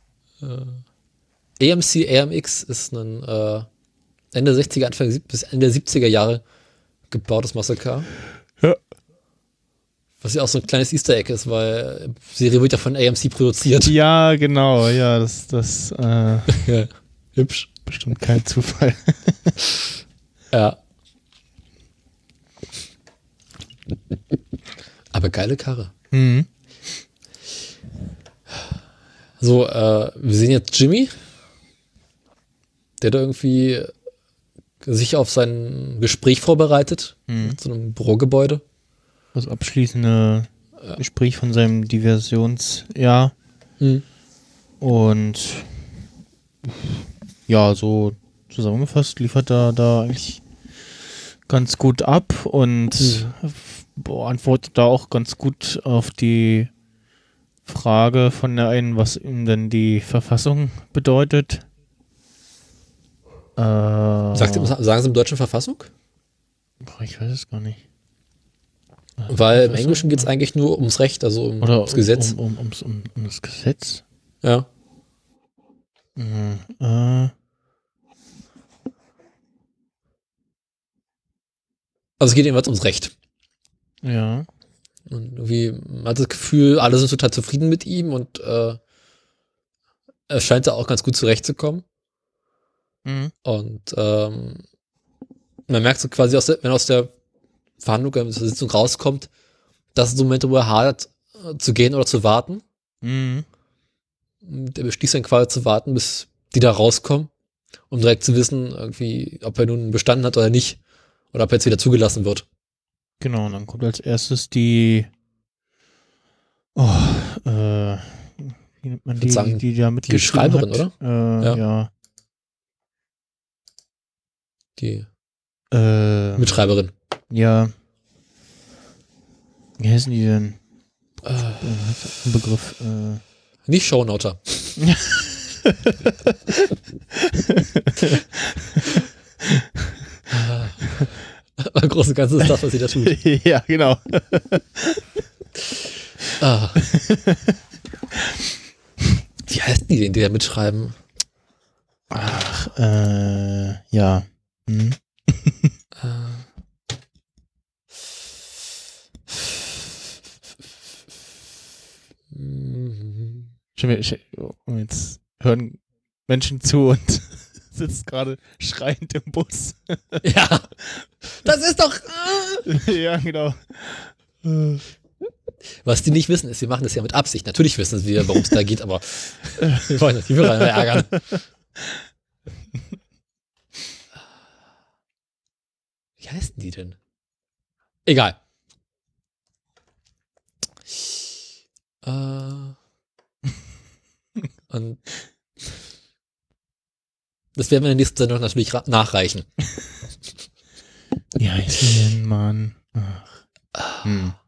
AMC, AMX ist ein Ende 60er, Anfang bis Ende 70er Jahre gebautes Muscle Car. Ja. Was ja auch so ein kleines Easter Egg ist, weil die Serie wird ja von AMC produziert. Ja, genau. Ja, das Ja. Hübsch. bestimmt kein Zufall. Ja. Aber geile Karre. Mhm. So, wir sehen jetzt Jimmy, der da irgendwie sich auf sein Gespräch vorbereitet mit so einem Bürogebäude. Das abschließende Gespräch von seinem Diversionsjahr. Und ja, so zusammengefasst liefert er da eigentlich ganz gut ab und beantwortet da auch ganz gut auf die Frage von der einen, was ihm denn die Verfassung bedeutet. Sagen Sie im Deutschen Verfassung? Ich weiß es gar nicht. Weil im Englischen geht es eigentlich nur ums Recht, also ums Gesetz. Um das Gesetz? Ja. Also es geht jedenfalls ums Recht. Ja. Und irgendwie man hat das Gefühl, alle sind total zufrieden mit ihm und er scheint da auch ganz gut zurechtzukommen. Und man merkt so quasi, wenn aus der Verhandlung, aus der Sitzung rauskommt, dass es so Momente, wo er hadert, zu gehen oder zu warten. Und er beschließt dann quasi zu warten, bis die da rauskommen, um direkt zu wissen, irgendwie, ob er nun bestanden hat oder nicht. Oder ob er jetzt wieder zugelassen wird. Genau, und dann kommt als erstes die wie nennt man die, sagen, die da mitgeschrieben die Schreiberin, hat? oder? Ja. Die Mitschreiberin. Ja. Wie heißen die denn? Ein Begriff. Nicht Shownoter. Im Großen und Ganzen ist das, was sie da tut. Ja, genau. Wie heißt die denn, die da mitschreiben? Ach, ja. Jetzt hören Menschen zu und sitzt gerade schreiend im Bus. Ja, das ist doch... Ja, genau. Was die nicht wissen, ist, wir machen das ja mit Absicht. Natürlich wissen wir, worum es da geht, aber wir wollen uns die Hörer ärgern. Wie heißen die denn? Egal. Und das werden wir in der nächsten Sendung natürlich nachreichen. Wie heißt die denn, Mann? Ach.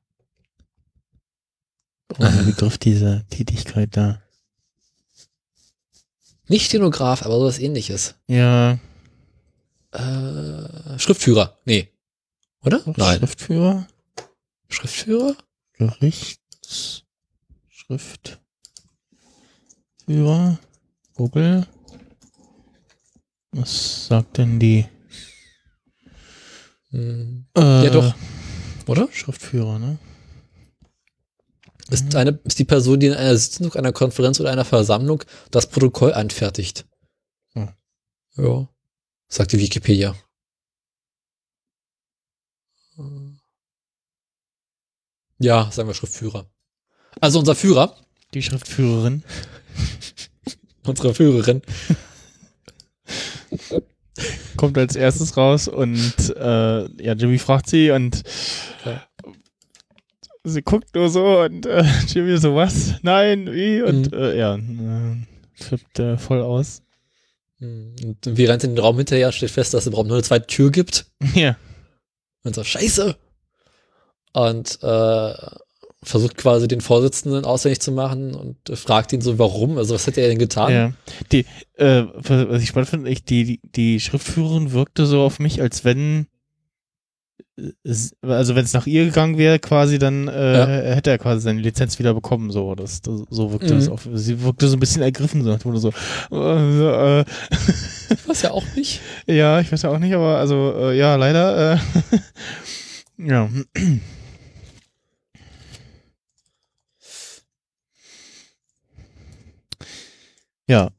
Der Begriff dieser Tätigkeit da. Nicht Stenograf, aber sowas ähnliches. Ja. Schriftführer. Nee. Oder? Nein. Schriftführer? Schriftführer? Schriftführer. Google. Was sagt denn die? Ja, doch. Oder? Schriftführer, ne? Ist die Person, die in einer Sitzung, einer Konferenz oder einer Versammlung das Protokoll anfertigt. Ja. Sagt die Wikipedia. Ja, sagen wir Schriftführer. Also unser Führer. Die Schriftführerin. Unsere Führerin. Kommt als erstes raus und Jimmy fragt sie und sie guckt nur so und Jimmy so, was? Nein, wie? Und flippt voll aus. Und wie rennt in den Raum hinterher und stellt fest, dass es im Raum nur eine zweite Tür gibt. Ja. Und so, Scheiße! Und versucht quasi den Vorsitzenden ausfindig zu machen und fragt ihn so, warum? Also was hätte er denn getan? Ja. Was ich spannend finde, die Schriftführerin wirkte so auf mich, als wenn wenn es nach ihr gegangen wäre, quasi, dann hätte er quasi seine Lizenz wieder bekommen. So wirkte das auf. Sie wirkte so ein bisschen ergriffen, so. Ich weiß ja auch nicht. Ja, ich weiß ja auch nicht, aber also, ja, leider. Ja. Ja,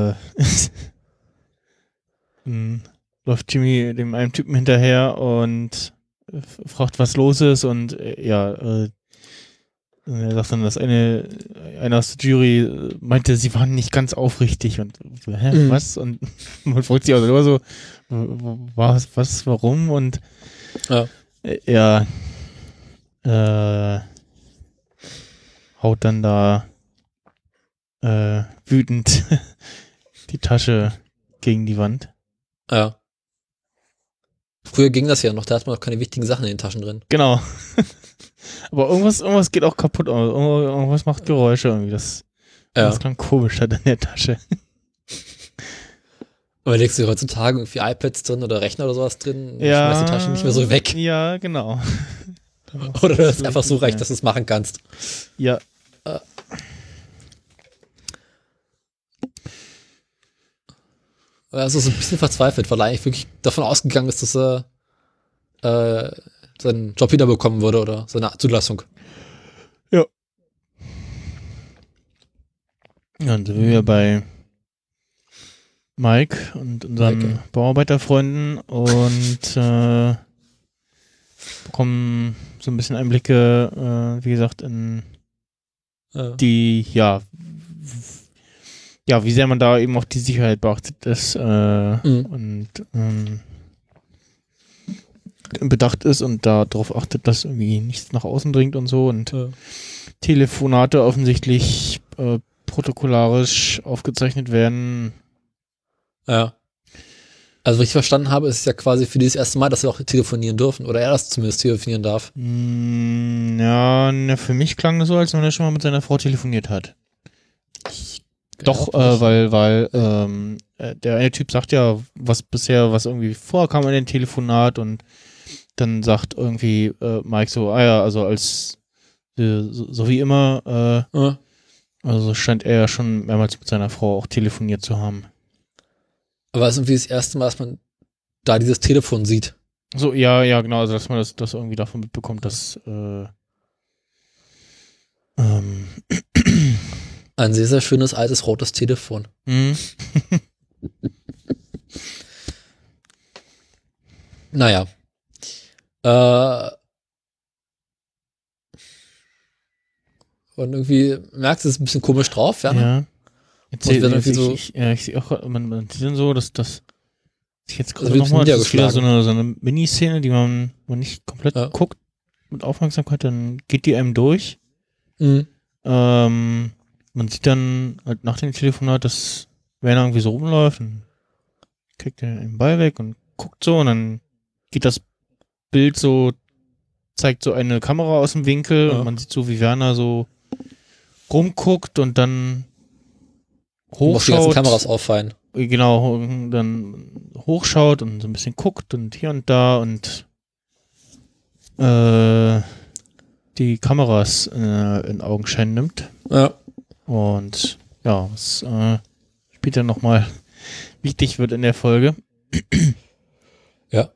läuft Jimmy dem einen Typen hinterher und fragt, was los ist und er sagt dann, dass einer aus der Jury meinte, sie waren nicht ganz aufrichtig und so, was? Und man fragt sich auch selber so, was, warum? Und er haut dann da wütend die Tasche gegen die Wand. Ja. Früher ging das ja noch, da hat man noch keine wichtigen Sachen in den Taschen drin. Genau. Aber irgendwas geht auch kaputt. Irgendwas macht Geräusche irgendwie. Das klang komisch da in der Tasche. Aber legst du heutzutage irgendwie iPads drin oder Rechner oder sowas drin und schmeißt die Taschen nicht mehr so weg. Ja, genau. Oder das ist einfach so reich, dass du es machen kannst. Ja. Also so ein bisschen verzweifelt, weil er eigentlich wirklich davon ausgegangen ist, dass er seinen Job wiederbekommen würde oder seine Zulassung. Ja. Dann sind wir bei Mike und unseren Bauarbeiterfreunden und bekommen so ein bisschen Einblicke, wie gesagt, in die, wie sehr man da eben auf die Sicherheit beachtet ist und bedacht ist und darauf achtet, dass irgendwie nichts nach außen dringt und so und Telefonate offensichtlich protokollarisch aufgezeichnet werden. Ja. Also, was ich verstanden habe, ist es ja quasi für dieses erste Mal, dass wir auch telefonieren dürfen oder er das zumindest telefonieren darf. Ja, für mich klang das so, als wenn er schon mal mit seiner Frau telefoniert hat. Doch, weil der eine Typ sagt ja, was irgendwie vorkam in dem Telefonat und dann sagt irgendwie Mike so, also als so wie immer, also scheint er ja schon mehrmals mit seiner Frau auch telefoniert zu haben. Aber es ist irgendwie das erste Mal, dass man da dieses Telefon sieht. So, ja, genau, also dass man das irgendwie davon mitbekommt, dass ein sehr, sehr schönes, altes, rotes Telefon. Naja. Und irgendwie merkst du, es ist ein bisschen komisch drauf, ja? Ja. Ich sehe auch, man sieht dann so, dass ich jetzt gerade nochmal, das ist wieder so eine Miniszene, die man nicht komplett guckt mit Aufmerksamkeit, dann geht die einem durch. Man sieht dann halt nach dem Telefonat, dass Werner irgendwie so rumläuft und kriegt den Ball weg und guckt so und dann geht das Bild so, zeigt so eine Kamera aus dem Winkel und man sieht so, wie Werner so rumguckt und dann hochschaut. Muss die ganzen Kameras auffallen. Genau, dann hochschaut und so ein bisschen guckt und hier und da und die Kameras in Augenschein nimmt. Ja. Und ja, was später nochmal wichtig wird in der Folge. Ja.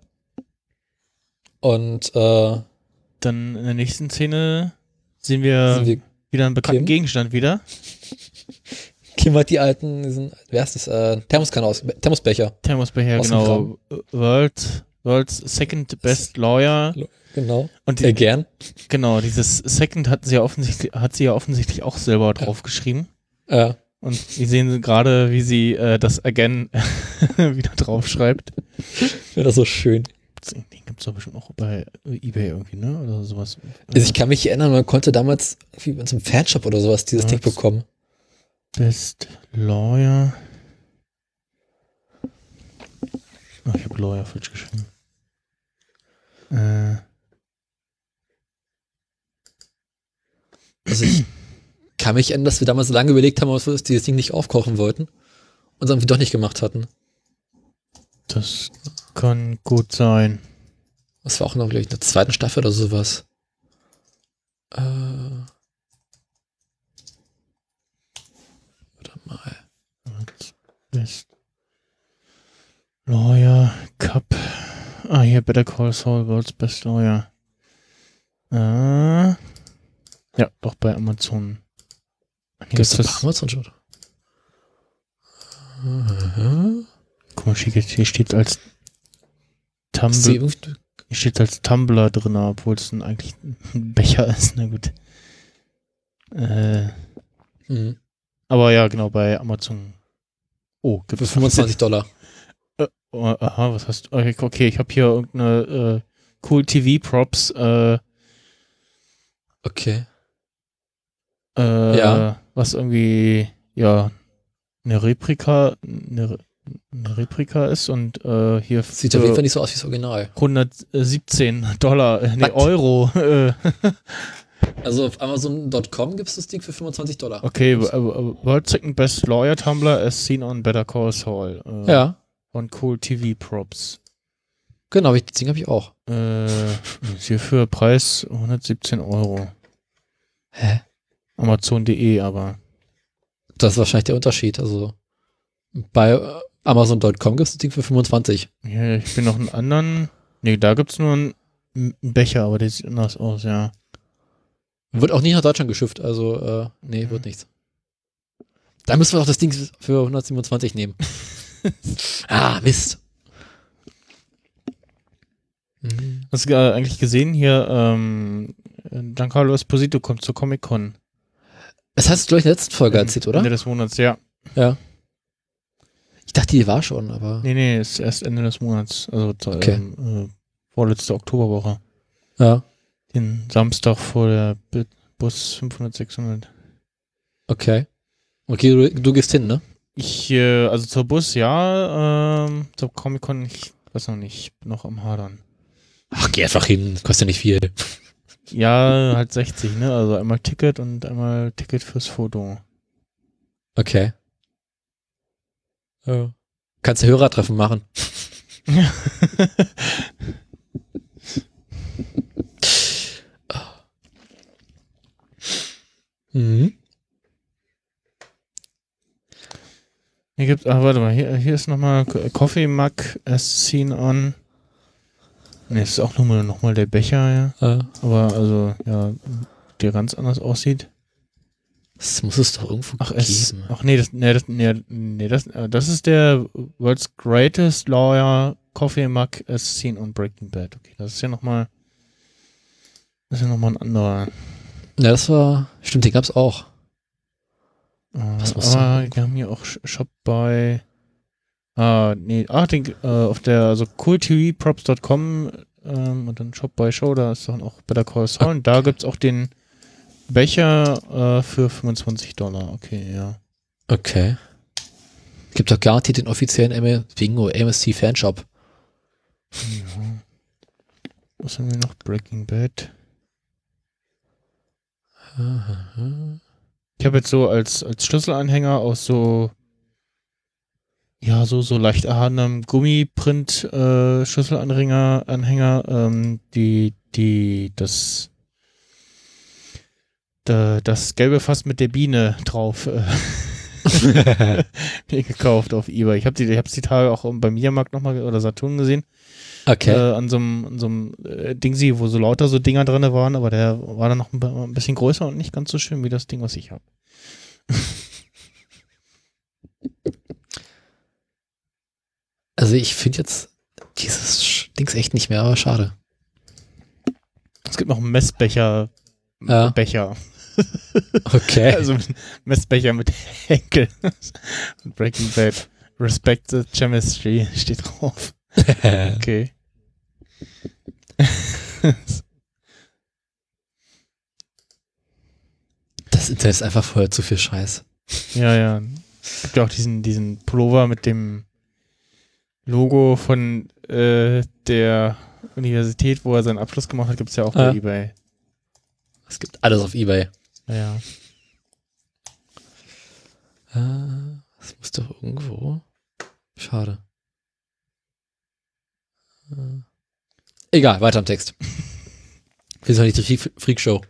Und dann in der nächsten Szene sehen wir wieder einen bekannten Gegenstand wieder. Kim hat die alten, wer ist das? Thermosbecher. Thermosbecher, genau. World's Second Best Lawyer. Genau. Und gern. Genau, dieses Second hat sie ja offensichtlich auch selber draufgeschrieben. Ja. Und wir sehen gerade, wie sie das Again wieder draufschreibt. Wäre das so schön. Den gibt es doch bestimmt auch bei eBay irgendwie, ne? Oder sowas. Also ich kann mich erinnern, man konnte damals irgendwie in so einem Fanshop oder sowas dieses Ding bekommen. Best Lawyer. Ach, ich habe Lawyer falsch geschrieben. Also ich kann mich erinnern, dass wir damals lange überlegt haben, ob wir dieses Ding nicht aufkochen wollten und es irgendwie doch nicht gemacht hatten. Das kann gut sein. Das war auch noch, glaube ich, in der zweiten Staffel oder sowas. Warte mal. Best Lawyer Cup. Hier, Better Call Saul, World's Best Lawyer. Ja, doch bei Amazon. Gibt es das bei Amazon schon? Guck mal, hier steht als Tumbler drin, obwohl es eigentlich ein Becher ist. Na gut. Aber ja, genau, bei Amazon. Oh, gibt Für es $25. aha, was hast du? Okay, ich habe hier irgendeine Cool TV Props. Okay. Ja. Was irgendwie, ja, eine Replika ist und hier Sieht auf jeden Fall nicht so aus wie das Original. $117, Was? Euro. Also auf Amazon.com gibt es das Ding für $25. Okay, World Second Best Lawyer Tumblr as seen on Better Call Saul. Ja, Von Cool TV Props. genau, das Ding habe ich auch. Hierfür Preis 117 Euro. Hä? Amazon.de, aber. Das ist wahrscheinlich der Unterschied. Also bei Amazon.com gibt es das Ding für 25. Ja, ich bin noch einen anderen. Nee, da gibt's nur einen Becher, aber der sieht anders aus, ja. Wird auch nicht nach Deutschland geschifft, also nee, wird nichts. Dann müssen wir doch das Ding für 127 nehmen. Mist. Hast du eigentlich gesehen hier, Giancarlo Esposito kommt zur Comic-Con. Das hast du, glaube ich, in der letzten Folge erzählt, oder? Ende des Monats, ja. Ja. Ich dachte, die war schon, aber. Nee, ist erst Ende des Monats. Also vorletzte Oktoberwoche. Ja. Den Samstag vor der Bus 500, 600. Okay. Okay, du gehst hin, ne? Also zur Bus, ja. Zur Comic-Con, ich weiß noch nicht. Ich bin noch am Hadern. Ach, geh einfach hin. Kostet ja nicht viel. Ja, halt 60, ne? Also einmal Ticket und einmal Ticket fürs Foto. Okay. Ja. Kannst du Hörertreffen machen. Ja. Mhm. Hier gibt's, warte mal, hier ist nochmal Coffee Mug as seen on. Ne, ist auch nochmal der Becher, ja. Aber also, ja, der ganz anders aussieht. Das muss es doch irgendwo geben. Das ist der World's Greatest Lawyer Coffee Mug as seen on Breaking Bad. Okay, das ist ja nochmal ein anderer. Ja, das war, stimmt, den gab's auch. Was muss aber wir haben hier auch Shop by auf der, also cooltvprops.com und dann Shop by Show, da ist dann auch Better Call Saul und da gibt's auch den Becher für $25. Okay, ja. Okay. Gibt doch garantiert den offiziellen Bingo MSC Fanshop. Ja. Was haben wir noch? Breaking Bad. Ich habe jetzt so als Schlüsselanhänger aus so leicht erhabenem Gummiprint Schlüsselanhänger das gelbe Fass mit der Biene drauf mir gekauft auf eBay. Ich hab's die Tage auch beim Mediamarkt nochmal oder Saturn gesehen. Okay. An so einem Dingsi, wo so lauter so Dinger drin waren, aber der war dann noch ein bisschen größer und nicht ganz so schön wie das Ding, was ich habe. Also ich finde jetzt dieses Dings echt nicht mehr, aber schade. Es gibt noch einen Messbecher. Ja. Becher. Okay. Also Messbecher mit Henkel. Breaking Bad. Respect the Chemistry steht drauf. Okay. Das Internet ist einfach vorher zu viel Scheiß. Ja. Es gibt ja auch diesen Pullover mit dem Logo von der Universität, wo er seinen Abschluss gemacht hat, gibt es ja auch bei eBay. Es gibt alles auf eBay. Ja. Das muss doch irgendwo. Schade. Egal, weiter im Text. Wir sind nicht die Freakshow.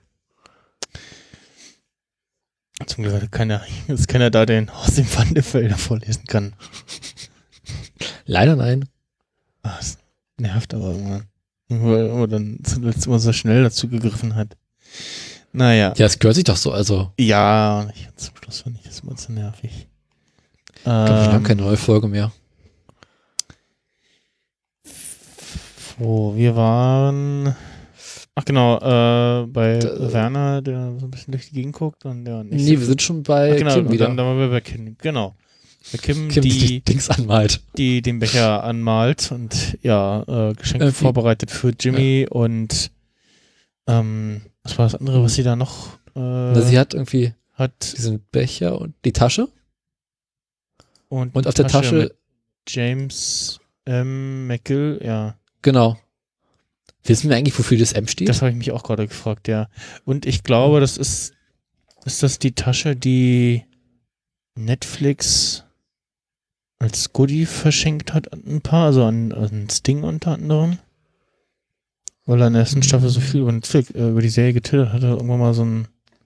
Zum Glück ist keiner da, den aus dem Wandefelder vorlesen kann. Leider nein. Das nervt aber irgendwann. Weil dann zuletzt immer so schnell dazu gegriffen hat. Naja. Ja, es gehört sich doch so, also. Ja, zum Schluss fand ich das immer zu nervig. Ich glaube, wir haben keine neue Folge mehr. Wir waren Ach genau, bei Werner, der so ein bisschen durch die Gegend guckt. Und der nicht Nee, wir sind schon bei genau, Kim wieder. Dann waren wir bei Kim, genau. Bei Kim, die Dings anmalt. Die den Becher anmalt und ja, Geschenke vorbereitet für Jimmy und was war das andere, was sie da noch sie hat irgendwie hat diesen Becher und die Tasche. Und auf der Tasche mit James McGill, ja. Genau. Wissen wir eigentlich, wofür das M steht? Das habe ich mich auch gerade gefragt, ja. Und ich glaube, das ist das die Tasche, die Netflix als Goodie verschenkt hat an ein paar, also an Sting unter anderem. Weil er in der ersten Staffel so viel über die Serie getwittert hat, er irgendwann mal so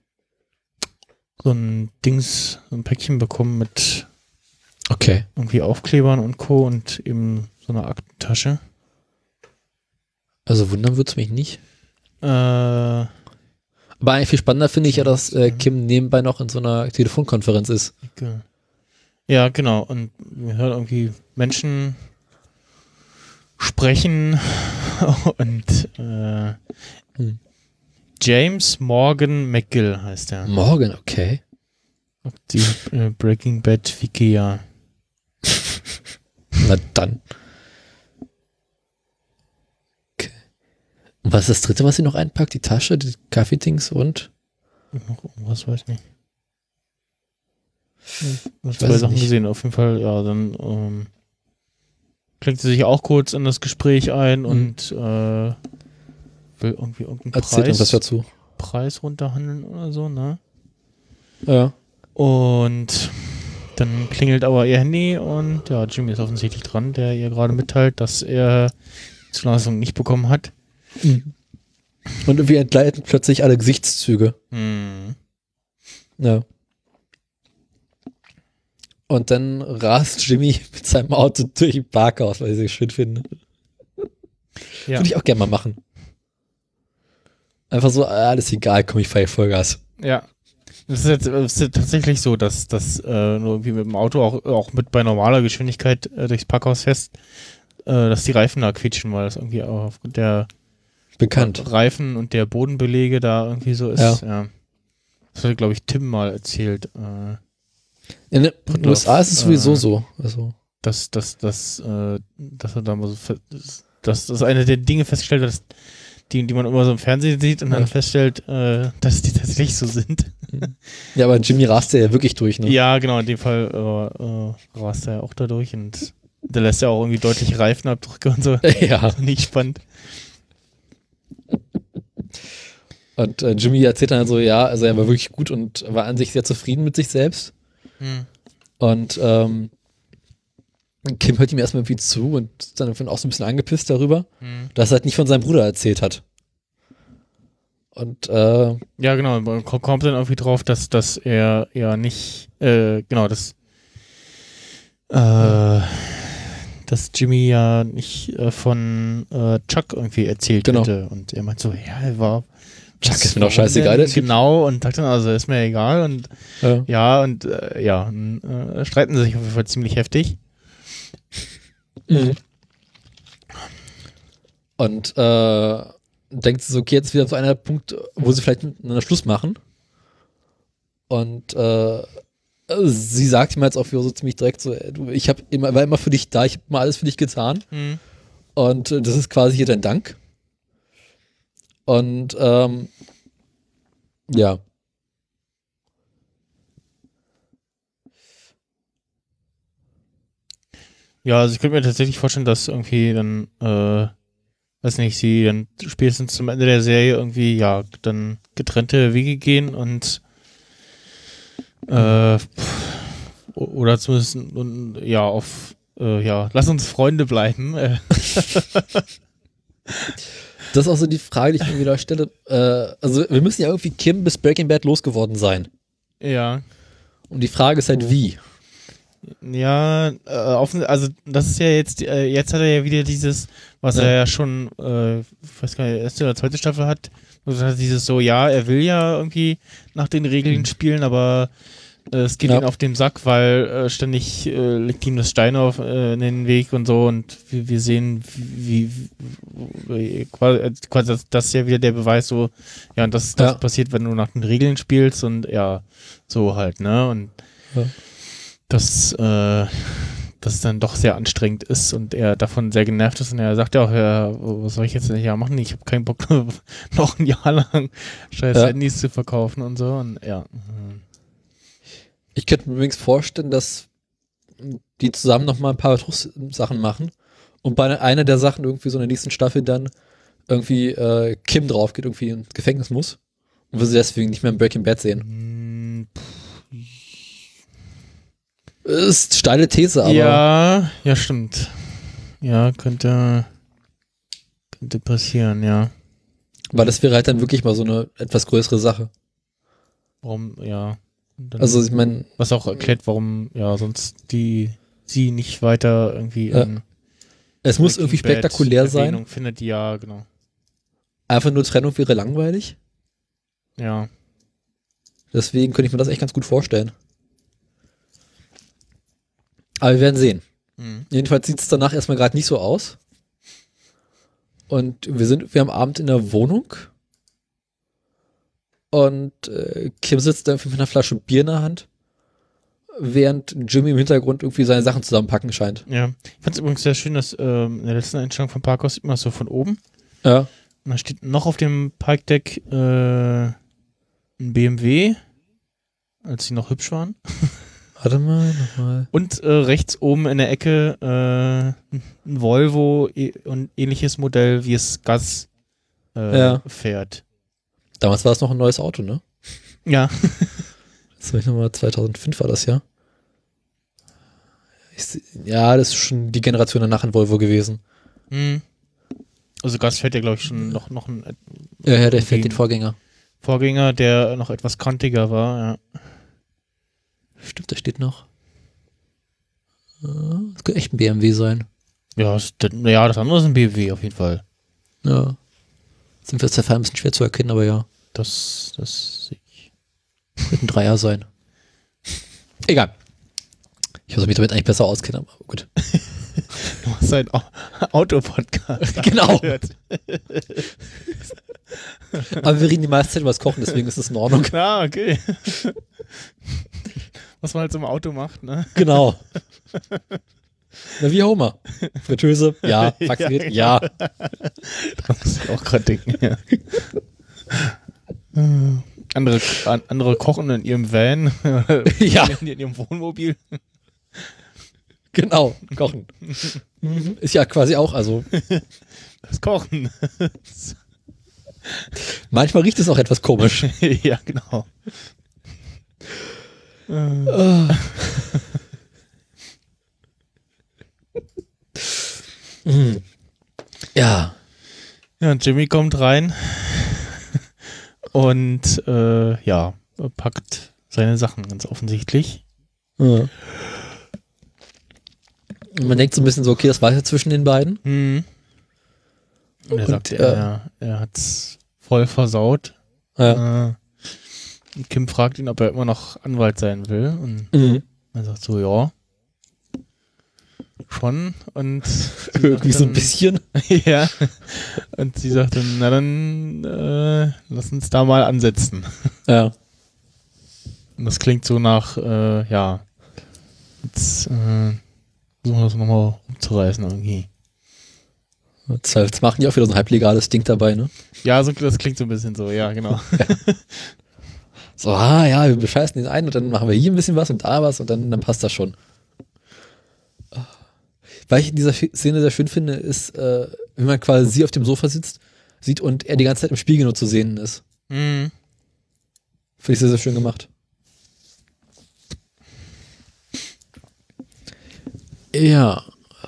ein Dings, so ein Päckchen bekommen mit irgendwie Aufklebern und Co. und eben so eine Aktentasche. Also wundern würde es mich nicht. Aber eigentlich viel spannender finde ich ja, dass Kim nebenbei noch in so einer Telefonkonferenz ist. Ja, genau. Und wir hören irgendwie Menschen sprechen und James Morgan McGill heißt er. Morgan, okay. Die Breaking Bad Wikia. Na dann. Okay. Und was ist das dritte, was sie noch einpackt? Die Tasche, die Kaffeetings und? Noch irgendwas, weiß nicht. Ich habe zwei Sachen gesehen. Auf jeden Fall, ja, dann klingt sie sich auch kurz in das Gespräch ein und will irgendwie irgendeinen Preis runterhandeln oder so, ne? Ja. Und dann klingelt aber ihr Handy und ja, Jimmy ist offensichtlich dran, der ihr gerade mitteilt, dass er die Zulassung nicht bekommen hat. Mhm. Und irgendwie entgleiten plötzlich alle Gesichtszüge. Mhm. Ja. Und dann rast Jimmy mit seinem Auto durch den Parkhaus, weil ich es schön finde. Ja. Würde ich auch gerne mal machen. Einfach so, alles egal, komm, ich fahre Vollgas. Ja. Das ist jetzt tatsächlich so, dass das nur irgendwie mit dem Auto auch mit bei normaler Geschwindigkeit durchs Parkhaus fährst, dass die Reifen da quietschen, weil das irgendwie auch aufgrund der Reifen und der Bodenbelege da irgendwie so ist. Ja. Das hat, glaube ich, Tim mal erzählt. In den USA ist es sowieso so. Also. Dass er da mal so dass eine der Dinge festgestellt hat, die man immer so im Fernsehen sieht und dann feststellt, dass die tatsächlich so sind. Ja, aber Jimmy rast ja wirklich durch, ne? Ja, genau, in dem Fall rast er ja auch da durch und der lässt ja auch irgendwie deutlich Reifenabdrücke und so. Ja. Nicht spannend. Und Jimmy erzählt dann so, ja, also er war wirklich gut und war an sich sehr zufrieden mit sich selbst. Und Kim hört ihm erstmal irgendwie zu und ist dann auch so ein bisschen angepisst darüber, dass er halt nicht von seinem Bruder erzählt hat. Und ja, genau, man kommt dann irgendwie drauf, dass er ja nicht, dass Jimmy ja nicht von Chuck irgendwie erzählt hätte. Und er meint so, ja, er war Chuck ist mir doch scheißegal. Genau, und sagt dann, also ist mir egal. Und streiten sie sich auf jeden Fall ziemlich heftig. Mhm. Und denkt sie so, okay, jetzt wieder so einer Punkt, wo sie vielleicht miteinander Schluss machen. Und sie sagt ihm jetzt auch so ziemlich direkt so, ich war immer für dich da, ich habe mal alles für dich getan. Und das ist quasi hier dein Dank. Und ja. Ja, also ich könnte mir tatsächlich vorstellen, dass irgendwie dann, weiß nicht, sie dann spätestens zum Ende der Serie irgendwie, ja, dann getrennte Wege gehen und oder zumindest lass uns Freunde bleiben. Das ist auch so die Frage, die ich mir wieder stelle. Also wir müssen ja irgendwie Kim bis Breaking Bad losgeworden sein. Ja. Und die Frage ist halt, wie? Ja, also das ist ja jetzt hat er ja wieder dieses, was er ja schon, ich weiß gar nicht, erste oder zweite Staffel hat, dieses so, ja, er will ja irgendwie nach den Regeln spielen, aber Es geht Ja. ihm auf den Sack, weil ständig legt ihm das Stein auf in den Weg und so und wir sehen, wie quasi das ist ja wieder der Beweis so, ja, und das Ja. passiert, wenn du nach den Regeln spielst und ja, so halt, ne? Und Ja. dass es dann doch sehr anstrengend ist und er davon sehr genervt ist und er sagt ja auch, ja, was soll ich jetzt nicht machen? Ich habe keinen Bock, noch ein Jahr lang scheiß Ja. Handys zu verkaufen und so und ja. Ich könnte mir übrigens vorstellen, dass die zusammen noch mal ein paar Sachen machen und bei einer der Sachen irgendwie so in der nächsten Staffel dann irgendwie Kim drauf geht, irgendwie ins Gefängnis muss und wir sie deswegen nicht mehr im Breaking Bad sehen. Ist steile These, aber Ja, stimmt. Ja, könnte passieren, ja. weil das wäre halt dann wirklich mal so eine etwas größere Sache. Warum, ja. Dann, Also ich meine, was auch erklärt, warum, ja, sonst sie nicht weiter irgendwie in es muss Breaking irgendwie Bad spektakulär sein. Erwähnung findet, ja, genau. Einfach nur Trennung wäre langweilig. Ja. Deswegen könnte ich mir das echt ganz gut vorstellen. Aber wir werden sehen. Mhm. Jedenfalls sieht es danach erstmal gerade nicht so aus. Und wir am Abend in der Wohnung. Und Kim sitzt da irgendwie mit einer Flasche Bier in der Hand, während Jimmy im Hintergrund irgendwie seine Sachen zusammenpacken scheint. Ja. Ich fand es übrigens sehr schön, dass in der letzten Einstellung vom Parkhaus sieht man das so von oben. Ja. Und da steht noch auf dem Parkdeck ein BMW, als sie noch hübsch waren. Warte mal, nochmal. Und rechts oben in der Ecke ein Volvo und ähnliches Modell, wie es Gas fährt. Damals war es noch ein neues Auto, ne? Ja. Das war ich nochmal, 2005 war das ja. Ja, das ist schon die Generation danach in Volvo gewesen. Mhm. Also Gas fährt ja, glaube ich, schon noch ein Ja, der fährt den Vorgänger. Vorgänger, der noch etwas kantiger war, ja. Stimmt, da steht noch. Das könnte echt ein BMW sein. Ja, das andere ist ein BMW auf jeden Fall. Ja. Sind wir jetzt ein bisschen schwer zu erkennen, aber ja. Das sehe ich. Wird ein Dreier sein. Egal. Ich muss mich damit eigentlich besser auskennen, aber gut. Du hast einen Autopodcast. Genau. gehört. Aber wir reden die meiste Zeit über das Kochen, deswegen ist es in Ordnung. Ah, okay. Was man halt so im Auto macht, ne? Genau. Na, wie Homer. Fritteuse, ja. Faxgerät, ja. Da muss ich auch gerade denken, ja. Andere kochen in ihrem Van. Ja. In ihrem Wohnmobil. Genau, kochen. Ist ja quasi auch, also Das Kochen. manchmal riecht es auch etwas komisch. Ja, genau. Ja. Ja, und Jimmy kommt rein und packt seine Sachen ganz offensichtlich. Und man denkt so ein bisschen so, okay, das war ja zwischen den beiden. Mhm. Und er Und, sagt, er hat's voll versaut. Ja. Und Kim fragt ihn, ob er immer noch Anwalt sein will. Und Mhm. er sagt so, ja. Schon. Und Irgendwie so ein bisschen. ja. Und sie sagt dann, na dann lass uns da mal ansetzen. Ja. Und das klingt so nach, jetzt versuchen wir das nochmal umzureißen irgendwie. Jetzt machen die auch wieder so ein halblegales Ding dabei, ne? Ja, das klingt so ein bisschen so, ja, genau. So, ja, wir bescheißen den einen und dann machen wir hier ein bisschen was und da was und dann passt das schon. Weil ich in dieser Szene sehr schön finde, ist, wenn man quasi sie auf dem Sofa sieht und er die ganze Zeit im Spiegel nur zu sehen ist. Mhm. Finde ich sehr, sehr schön gemacht. Ja.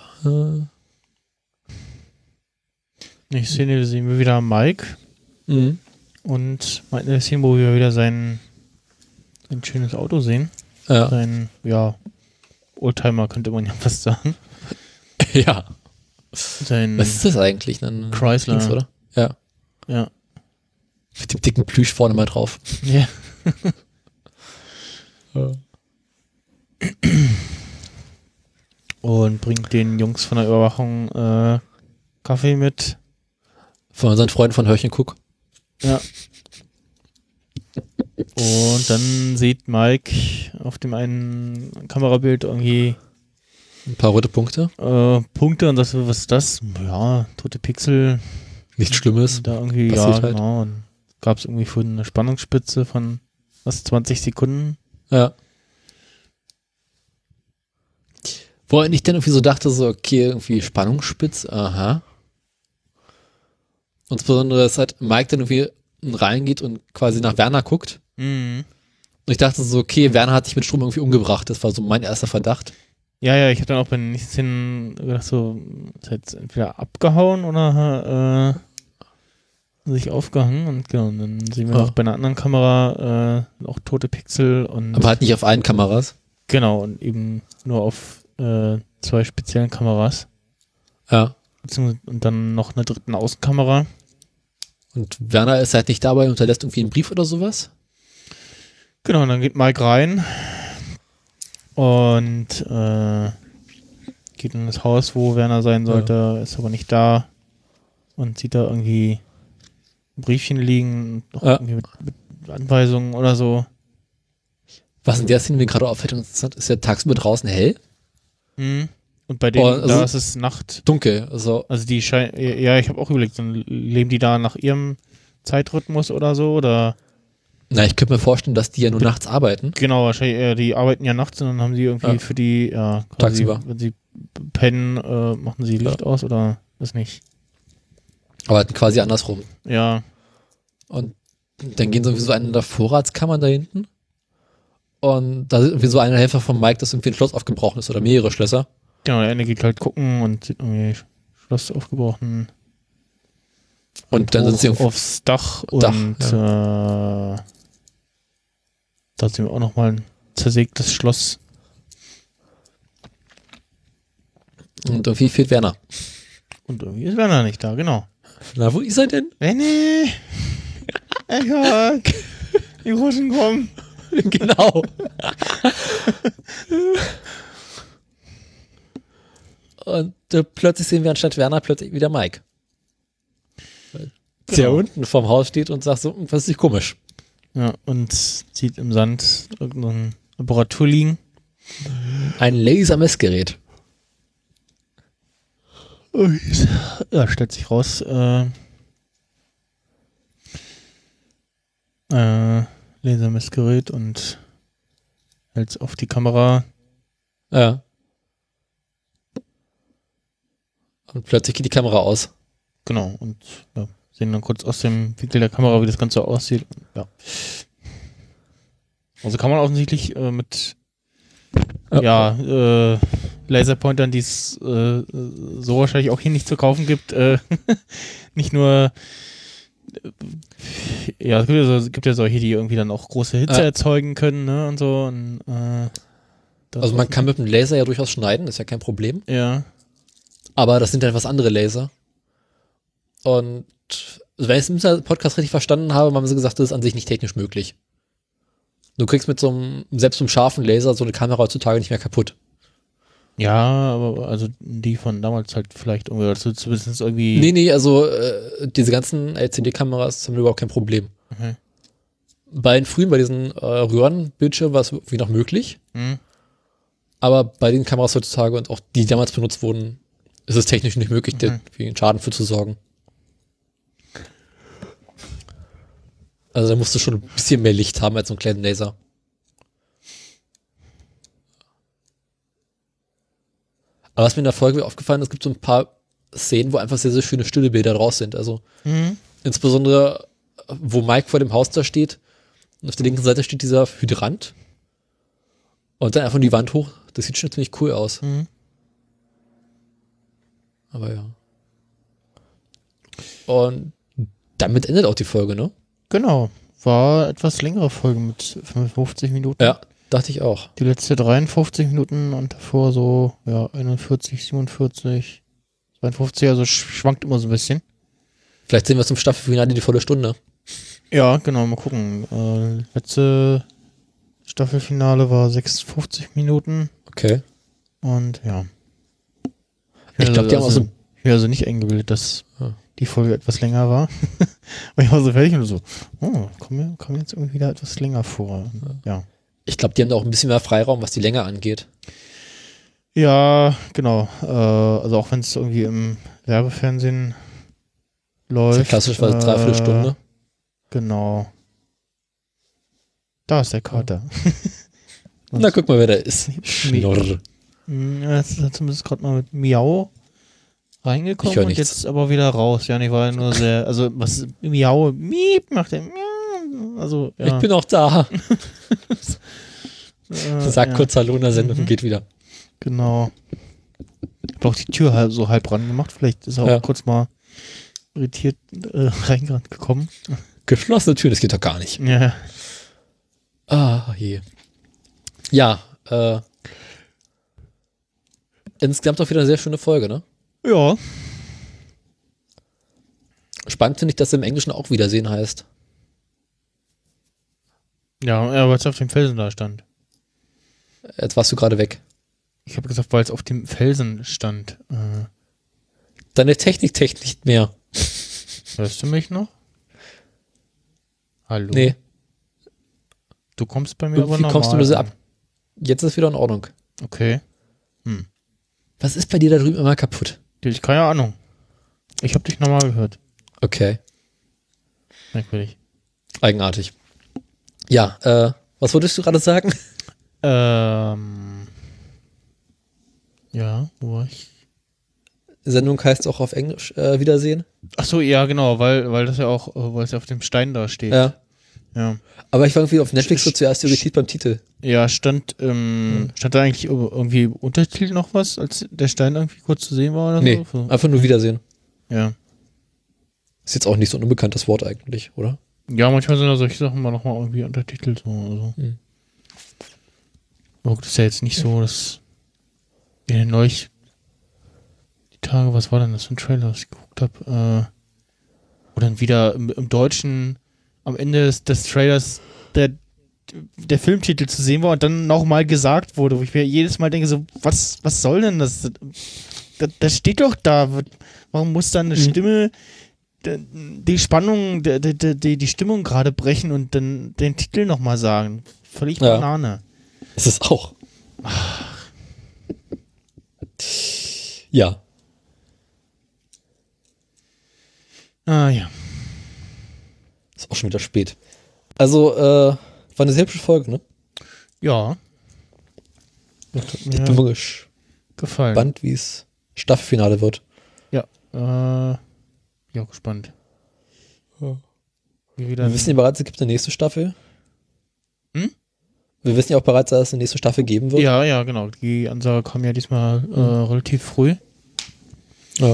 Ich sehen wir wieder Mike Mhm. und in der Szene, wo wir wieder sein schönes Auto sehen. Ja. Sein, Oldtimer könnte man ja fast sagen. Ja. Sein Was ist das eigentlich? Ein Chrysler. Dings, oder? Ja. Ja. Mit dem dicken Plüsch vorne mal drauf. Ja. Und bringt den Jungs von der Überwachung Kaffee mit. Von unseren Freunden von Hörchen Cook. Ja. Und dann sieht Mike auf dem einen Kamerabild irgendwie Ein paar rote Punkte. Punkte und das, was ist das? Ja, tote Pixel. Nichts Schlimmes. Da irgendwie, Passiert ja, halt. genau. Und gab es irgendwie vorhin eine Spannungsspitze von 20 Sekunden. Ja. Wo ich dann irgendwie so dachte, so, okay, irgendwie Spannungsspitz, aha. Und insbesondere, dass halt Mike dann irgendwie reingeht und quasi nach Werner guckt. Mhm. Und ich dachte so, okay, Werner hat sich mit Strom irgendwie umgebracht. Das war so mein erster Verdacht. Ja, ich habe dann auch bei den nächsten Szenen gedacht, so, ist jetzt entweder abgehauen oder sich aufgehangen. Und genau, und dann sehen wir noch bei einer anderen Kamera auch tote Pixel und Aber halt nicht auf allen Kameras. genau, und eben nur auf 2 speziellen Kameras. Ja. Und dann noch eine dritten Außenkamera. Und Werner ist halt nicht dabei und hinterlässt irgendwie einen Brief oder sowas. Genau, und dann geht Mike rein und geht in das Haus, wo Werner sein sollte, ist aber nicht da und sieht da irgendwie ein Briefchen liegen, noch irgendwie mit Anweisungen oder so. Was in der Szene mir gerade auffällt, interessant, ist ja tagsüber draußen hell. Mhm. Und bei denen, also da ist es Nacht. Dunkel. Also die scheinen, ja, ich habe auch überlegt, dann leben die da nach ihrem Zeitrhythmus oder so, oder? na, ich könnte mir vorstellen, dass die ja nur nachts arbeiten. Genau, wahrscheinlich, die arbeiten ja nachts und dann haben sie irgendwie für die, quasi, tagsüber. wenn sie pennen, machen sie Licht aus oder das nicht? Arbeiten quasi andersrum. Ja. Und dann gehen sie irgendwie so in der Vorratskammer da hinten. Und da sind irgendwie so eine Helfer von Mike, dass irgendwie ein Schloss aufgebrochen ist oder mehrere Schlösser. Genau, der eine geht halt gucken und sieht irgendwie Schloss aufgebrochen. Und dann sind sie aufs Dach und da sehen wir auch nochmal ein zersägtes Schloss. Und irgendwie fehlt Werner. Und irgendwie ist Werner nicht da, genau. Na, wo ist er denn? Benny! Eckhard! Die Russen kommen! Genau. Und plötzlich sehen wir anstatt Werner plötzlich wieder Mike. Der unten vorm Haus steht und sagt so, was ist nicht komisch. Ja, und sieht im Sand irgendein Apparatur liegen. Ein Lasermessgerät. Ja, stellt sich raus, Lasermessgerät und hält auf die Kamera. Ja. Und plötzlich geht die Kamera aus. Genau, und ja, sehen dann kurz aus dem Winkel der Kamera, wie das Ganze aussieht. Ja. Also kann man offensichtlich mit Laserpointern, die es so wahrscheinlich auch hier nicht zu kaufen gibt, nicht nur es gibt ja solche, die irgendwie dann auch große Hitze erzeugen können, ne, und so. Und, also man kann mit dem Laser ja durchaus schneiden, ist ja kein Problem. Ja. Aber das sind dann etwas andere Laser. Und wenn ich es im Podcast richtig verstanden habe, haben sie gesagt, das ist an sich nicht technisch möglich. Du kriegst mit selbst einem scharfen Laser so eine Kamera heutzutage nicht mehr kaputt. Ja, aber also die von damals halt vielleicht irgendwie, also zumindest irgendwie. Nee, also diese ganzen LCD-Kameras haben überhaupt kein Problem. Okay. Bei diesen Röhrenbildschirmen war es irgendwie noch möglich. Mhm. Aber bei den Kameras heutzutage und auch die damals benutzt wurden, ist es technisch nicht möglich, für einen Schaden für zu sorgen. Also da musst du schon ein bisschen mehr Licht haben als so einen kleinen Laser. Aber was mir in der Folge aufgefallen ist, es gibt so ein paar Szenen, wo einfach sehr, sehr schöne stille Bilder draus sind. Also insbesondere, wo Mike vor dem Haus da steht und auf der linken Seite steht dieser Hydrant und dann einfach die Wand hoch. Das sieht schon ziemlich cool aus. Mhm. Aber ja. Und damit endet auch die Folge, ne? Genau. War etwas längere Folge mit 55 Minuten. Ja, dachte ich auch. Die letzte 53 Minuten und davor so, 41, 47, 52, also schwankt immer so ein bisschen. Vielleicht sehen wir zum Staffelfinale die volle Stunde. Ja, genau, mal gucken. Letzte Staffelfinale war 56 Minuten Okay. und ja. Ich glaube, die haben auch so. Ich bin also nicht eingebildet, dass Ja. die Folge etwas länger war. Weil ich war so fertig und so, kommt jetzt irgendwie da etwas länger vor. Ja. Ich glaube, die haben da auch ein bisschen mehr Freiraum, was die Länge angeht. Ja, genau. Also auch wenn es irgendwie im Werbefernsehen Das ist ja läuft. klassisch, weil dreiviertel Stunde. Genau. Da ist der Kater. Na, guck mal, wer da ist. Schnorr. Ja, jetzt ist zumindest gerade mal mit Miau reingekommen Ich hör und nichts. jetzt aber wieder raus. Ja, ich war nur sehr, also was Miau, Miep macht der Miau. Also, ja. Ich bin auch da. Sag ja, kurz Hallo in der Sendung und geht wieder. genau. Ich habe auch die Tür halb ran gemacht. Vielleicht ist er auch Ja. kurz mal irritiert reingerannt gekommen. Geschlossene Türen, das geht doch gar nicht. Ja. Ah, je. Ja, insgesamt auch wieder eine sehr schöne Folge, ne? Ja. Spannend finde ich, dass es im Englischen auch Wiedersehen heißt. Ja, weil es auf dem Felsen da stand. Jetzt warst du gerade weg. Ich habe gesagt, weil es auf dem Felsen stand. Deine Technik nicht mehr. Hörst du mich noch? Hallo? Nee, Du kommst bei mir aber irgendwie normal kommst du nur so an. ab. Jetzt ist wieder in Ordnung. Okay. Was ist bei dir da drüben immer kaputt? Ich keine Ahnung. Ich habe dich normal gehört. Okay, Merkwürdig. eigenartig. Ja, was wolltest du gerade sagen? Ja, wo war ich? Sendung heißt auch auf Englisch Wiedersehen. Ach so, ja, genau, weil das ja auch, weil es ja auf dem Stein da steht. Ja. Ja, Aber ich war irgendwie auf Netflix so zuerst irritiert beim Titel. ja stand da eigentlich irgendwie Untertitel noch was, als der Stein irgendwie kurz zu sehen war oder Nee, so? einfach nur Wiedersehen. Ja. Ist jetzt auch nicht so ein unbekanntes Wort eigentlich, oder? Ja, manchmal sind da solche Sachen mal nochmal irgendwie untertitelt. So, also. Aber gut, das ist ja jetzt nicht so, dass neulich die Tage, was war denn das für ein Trailer, was ich geguckt habe? Wo dann wieder im Deutschen am Ende des Trailers der Filmtitel zu sehen war und dann nochmal gesagt wurde, wo ich mir jedes Mal denke, so, was soll denn das? Das steht doch da. Warum muss dann eine Stimme die Spannung, die Stimmung gerade brechen und dann den Titel nochmal sagen? Völlig Ja. Banane. Ist es auch. Ja. Ah ja. Ist auch schon wieder spät. Also, war eine sehr hübsche Folge, ne? Ja. Das hat Ich bin mir mal gefallen. gespannt, wie es Staffelfinale wird. Ja, gespannt. Ja. Wie wieder Wir wissen ja bereits, es gibt eine nächste Staffel. Hm? Wir wissen ja auch bereits, dass es eine nächste Staffel geben wird. ja, genau. Die Ansage kam ja diesmal relativ früh. Ja.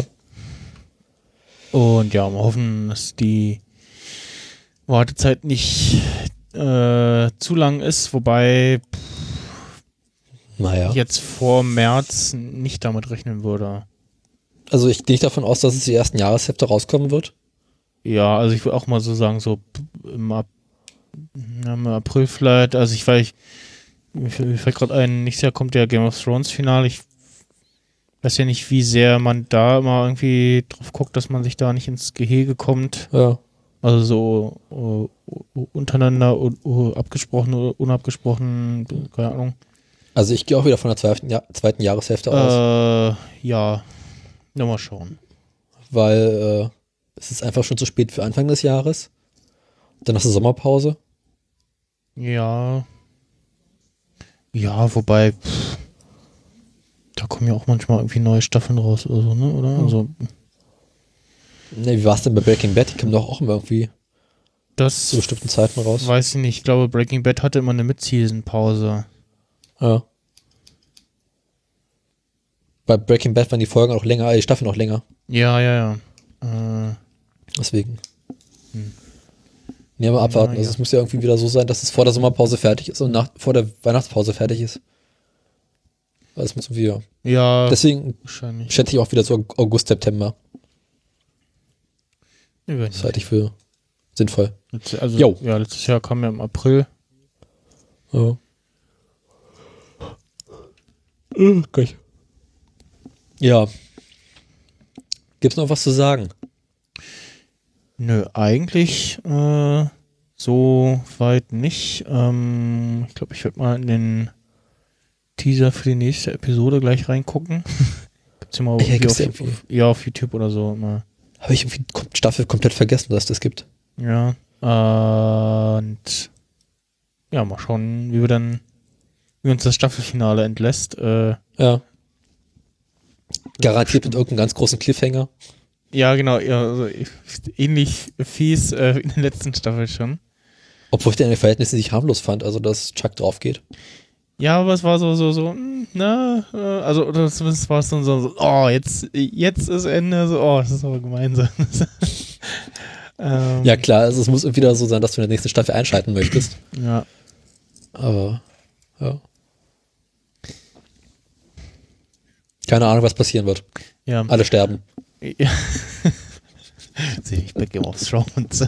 Und ja, wir hoffen, dass die Wartezeit nicht zu lang ist, wobei Naja. ich jetzt vor März nicht damit rechnen würde. Also ich gehe nicht davon aus, dass es die ersten Jahreshefte rauskommen wird. Ja, also ich würde auch mal so sagen, so im April vielleicht, also mir fällt gerade ein, nächstes Jahr kommt der Game of Thrones Finale. Ich weiß ja nicht, wie sehr man da immer irgendwie drauf guckt, dass man sich da nicht ins Gehege kommt. Ja. Also so untereinander, abgesprochen oder unabgesprochen, keine Ahnung. Also ich gehe auch wieder von der zweiten Jahreshälfte aus, Ja, mal schauen. weil es ist einfach schon zu spät für Anfang des Jahres. Dann hast du Sommerpause. Ja, wobei, da kommen ja auch manchmal irgendwie neue Staffeln raus oder so, ne? Oder? Also, Ne, wie war es denn bei Breaking Bad? Die kommen doch auch immer irgendwie das zu bestimmten Zeiten raus. weiß ich nicht. Ich glaube, Breaking Bad hatte immer eine Mid-Season-Pause. Ja. Bei Breaking Bad waren die Folgen auch länger, die Staffeln auch länger. Ja. Deswegen. Nee, mal abwarten. Ja. Also es muss ja irgendwie wieder so sein, dass es vor der Sommerpause fertig ist und vor der Weihnachtspause fertig ist. Weil es muss irgendwie, ja. Ja, Deswegen wahrscheinlich. schätze ich auch wieder so August, September. Ja, Das halte ich für sinnvoll. Also, Jo. ja, letztes Jahr kam ja im April. Ja. Gott. Ja. Gibt's noch was zu sagen? Nö, eigentlich so weit nicht. Ich glaube, ich werde mal in den Teaser für die nächste Episode gleich reingucken. Gibt's ja mal auf YouTube oder so immer. Habe ich irgendwie Staffel komplett vergessen, dass es das gibt. Ja. Und ja, mal schauen, wie uns das Staffelfinale entlässt. Ja. Garantiert mit irgendeinem ganz großen Cliffhanger. Ja, genau. Ja, also ähnlich fies in der letzten Staffel schon. Obwohl ich den in den Verhältnissen nicht harmlos fand, also dass Chuck drauf geht. Ja, aber es war so, also oder zumindest war es dann so, oh, jetzt ist Ende, so, oh, das ist aber gemeinsam. Ja klar, also es muss wieder so sein, dass du in der nächsten Staffel einschalten möchtest. Ja. Aber, ja. Keine Ahnung, was passieren wird. Ja. Alle sterben. Ja. Sehe ich bei Game of Thrones.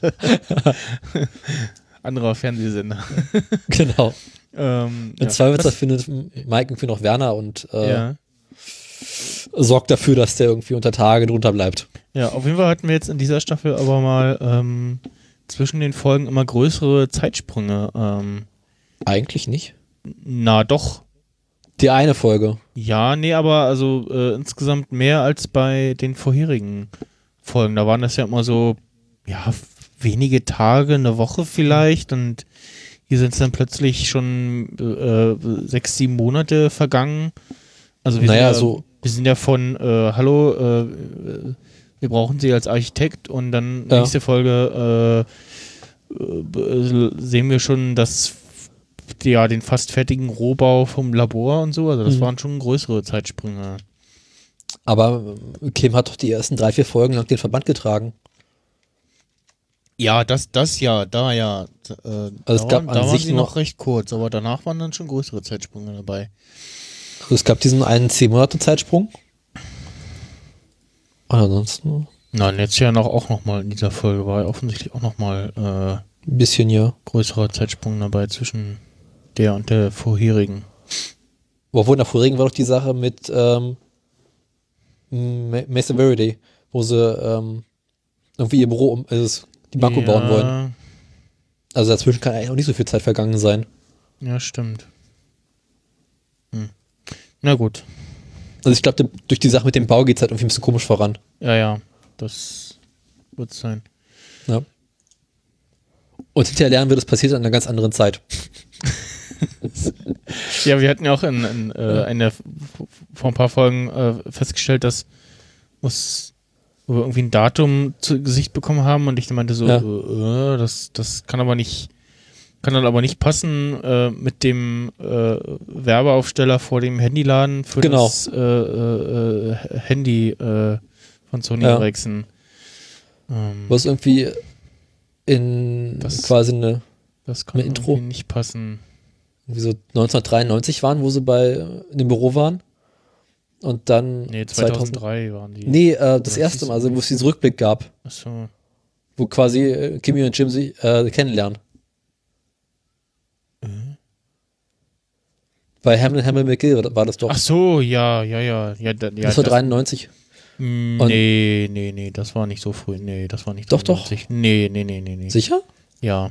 Anderer Fernsehsender. Genau. In Zweifelsfall findet Mike irgendwie noch Werner und ja. sorgt dafür, dass der irgendwie unter Tage drunter bleibt. Ja, auf jeden Fall hatten wir jetzt in dieser Staffel aber mal zwischen den Folgen immer größere Zeitsprünge. Eigentlich nicht. Na doch. Die eine Folge. Ja, nee, aber also insgesamt mehr als bei den vorherigen Folgen. Da waren das ja immer so, ja, wenige Tage, eine Woche vielleicht, und hier sind es dann plötzlich schon 6, 7 Monate vergangen. Also wir sind ja von hallo, wir brauchen Sie als Architekt, und dann nächste Folge sehen wir schon den fast fertigen Rohbau vom Labor und so. Also das waren schon größere Zeitsprünge. Aber Kim hat doch die ersten 3, 4 Folgen lang den Verband getragen. Ja, das ja, da ja. Also da waren sie noch recht kurz, aber danach waren dann schon größere Zeitsprünge dabei. Also es gab diesen einen 10-Monate-Zeitsprung. Und ansonsten? Nein, jetzt ja auch noch mal in dieser Folge war offensichtlich auch noch mal ein bisschen, ja. Größerer Zeitsprung dabei zwischen der und der vorherigen. Obwohl in der vorherigen war doch die Sache mit Mesa Verde, wo sie irgendwie ihr Büro die Bank bauen wollen. Also dazwischen kann eigentlich auch nicht so viel Zeit vergangen sein. Ja, stimmt. Na gut. Also ich glaube, durch die Sache mit dem Bau geht es halt irgendwie ein bisschen komisch voran. Ja, das wird es sein. Ja. Und hinterher lernen wir, das passiert in einer ganz anderen Zeit. Ja, wir hatten ja auch vor ein paar Folgen festgestellt, dass wo wir irgendwie ein Datum zu Gesicht bekommen haben, und ich meinte so, das kann dann aber nicht passen mit dem Werbeaufsteller vor dem Handyladen für das Handy von Sony Ericsson. Was irgendwie quasi das kann eine Intro nicht passen. Wie so 1993 waren, wo sie in dem Büro waren. Und dann 2003 waren die. Nee, das erste Mal, also wo es diesen Rückblick gab. Achso. Wo quasi Kimmy und Jim sich kennenlernen. Bei Hamlin McGill war das doch. Ach so, ja. Das war 93. Nee, das war nicht so früh. Nee, das war nicht 93. Doch. Nee. Sicher? Ja.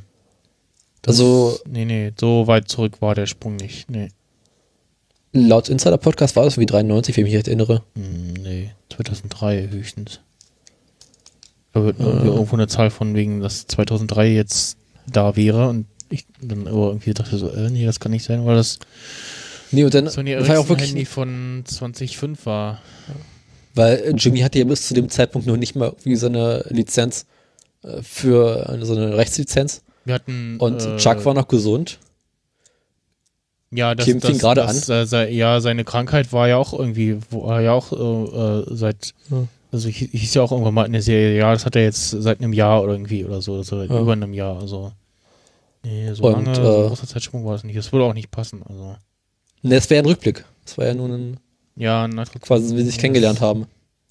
Nee, so weit zurück war der Sprung nicht. Nee. Laut Insider-Podcast war das wie 93, wenn ich mich recht erinnere. Nee, 2003 höchstens. Da wird irgendwo eine Zahl von wegen, dass 2003 jetzt da wäre, und ich dann aber irgendwie dachte so, nee, das kann nicht sein, weil das und dann Sony war ja auch wirklich Handy von 2005 war. Weil Jimmy hatte ja bis zu dem Zeitpunkt noch nicht mal wie so eine Lizenz für so eine Rechtslizenz. Wir hatten, und Chuck war noch gesund. Ja, Kim fing gerade an. Seine Krankheit war ja auch irgendwie, seit, also hieß ja auch irgendwann mal in der Serie, ja, das hat er jetzt seit einem Jahr oder irgendwie oder so, über einem Jahr, also. Nee, so lange, so ein großer Zeitsprung war es nicht. Das würde auch nicht passen, also. Ne, es wäre ein Rückblick. Das war ja nun quasi, wie sie sich kennengelernt haben.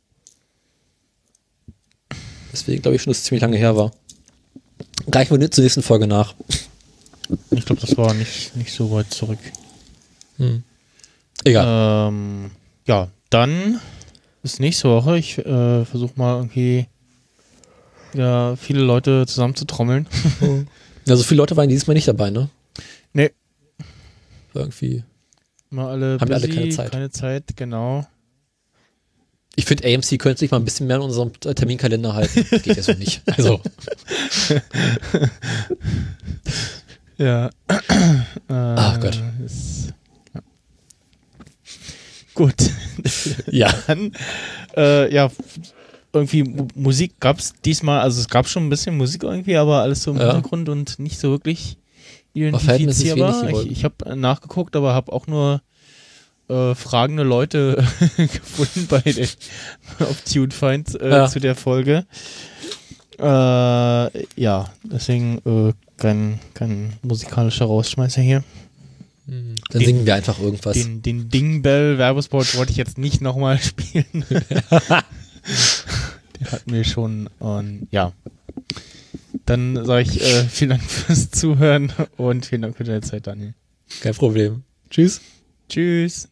Deswegen glaube ich schon, dass es ziemlich lange her war. Reichen wir zur nächsten Folge nach. Ich glaube, das war nicht so weit zurück. Egal. Ja, dann bis nächste Woche. Ich versuche mal irgendwie viele Leute zusammenzutrommeln. Ja, so viele Leute waren dieses Mal nicht dabei, ne? Nee. Irgendwie. Mal alle haben busy, wir alle keine Zeit, genau. Ich finde, AMC könnte sich mal ein bisschen mehr in unserem Terminkalender halten. Geht ja so nicht. Also. Ja. Ach Gott. Ja. Gut. Ja. Dann, irgendwie Musik gab es diesmal, also es gab schon ein bisschen Musik irgendwie, aber alles so im Hintergrund und nicht so wirklich identifizierbar. Ich habe nachgeguckt, aber habe auch nur fragende Leute gefunden auf TuneFind zu der Folge. Deswegen kein musikalischer Rausschmeißer hier. Dann singen wir einfach irgendwas. Den Ding-Bell-Werbespot wollte ich jetzt nicht nochmal spielen. Den hatten wir schon. Und ja. Dann sage ich vielen Dank fürs Zuhören und vielen Dank für deine Zeit, Daniel. Kein Problem. Tschüss. Tschüss.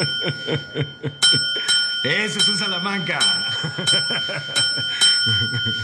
Ese es un Salamanca.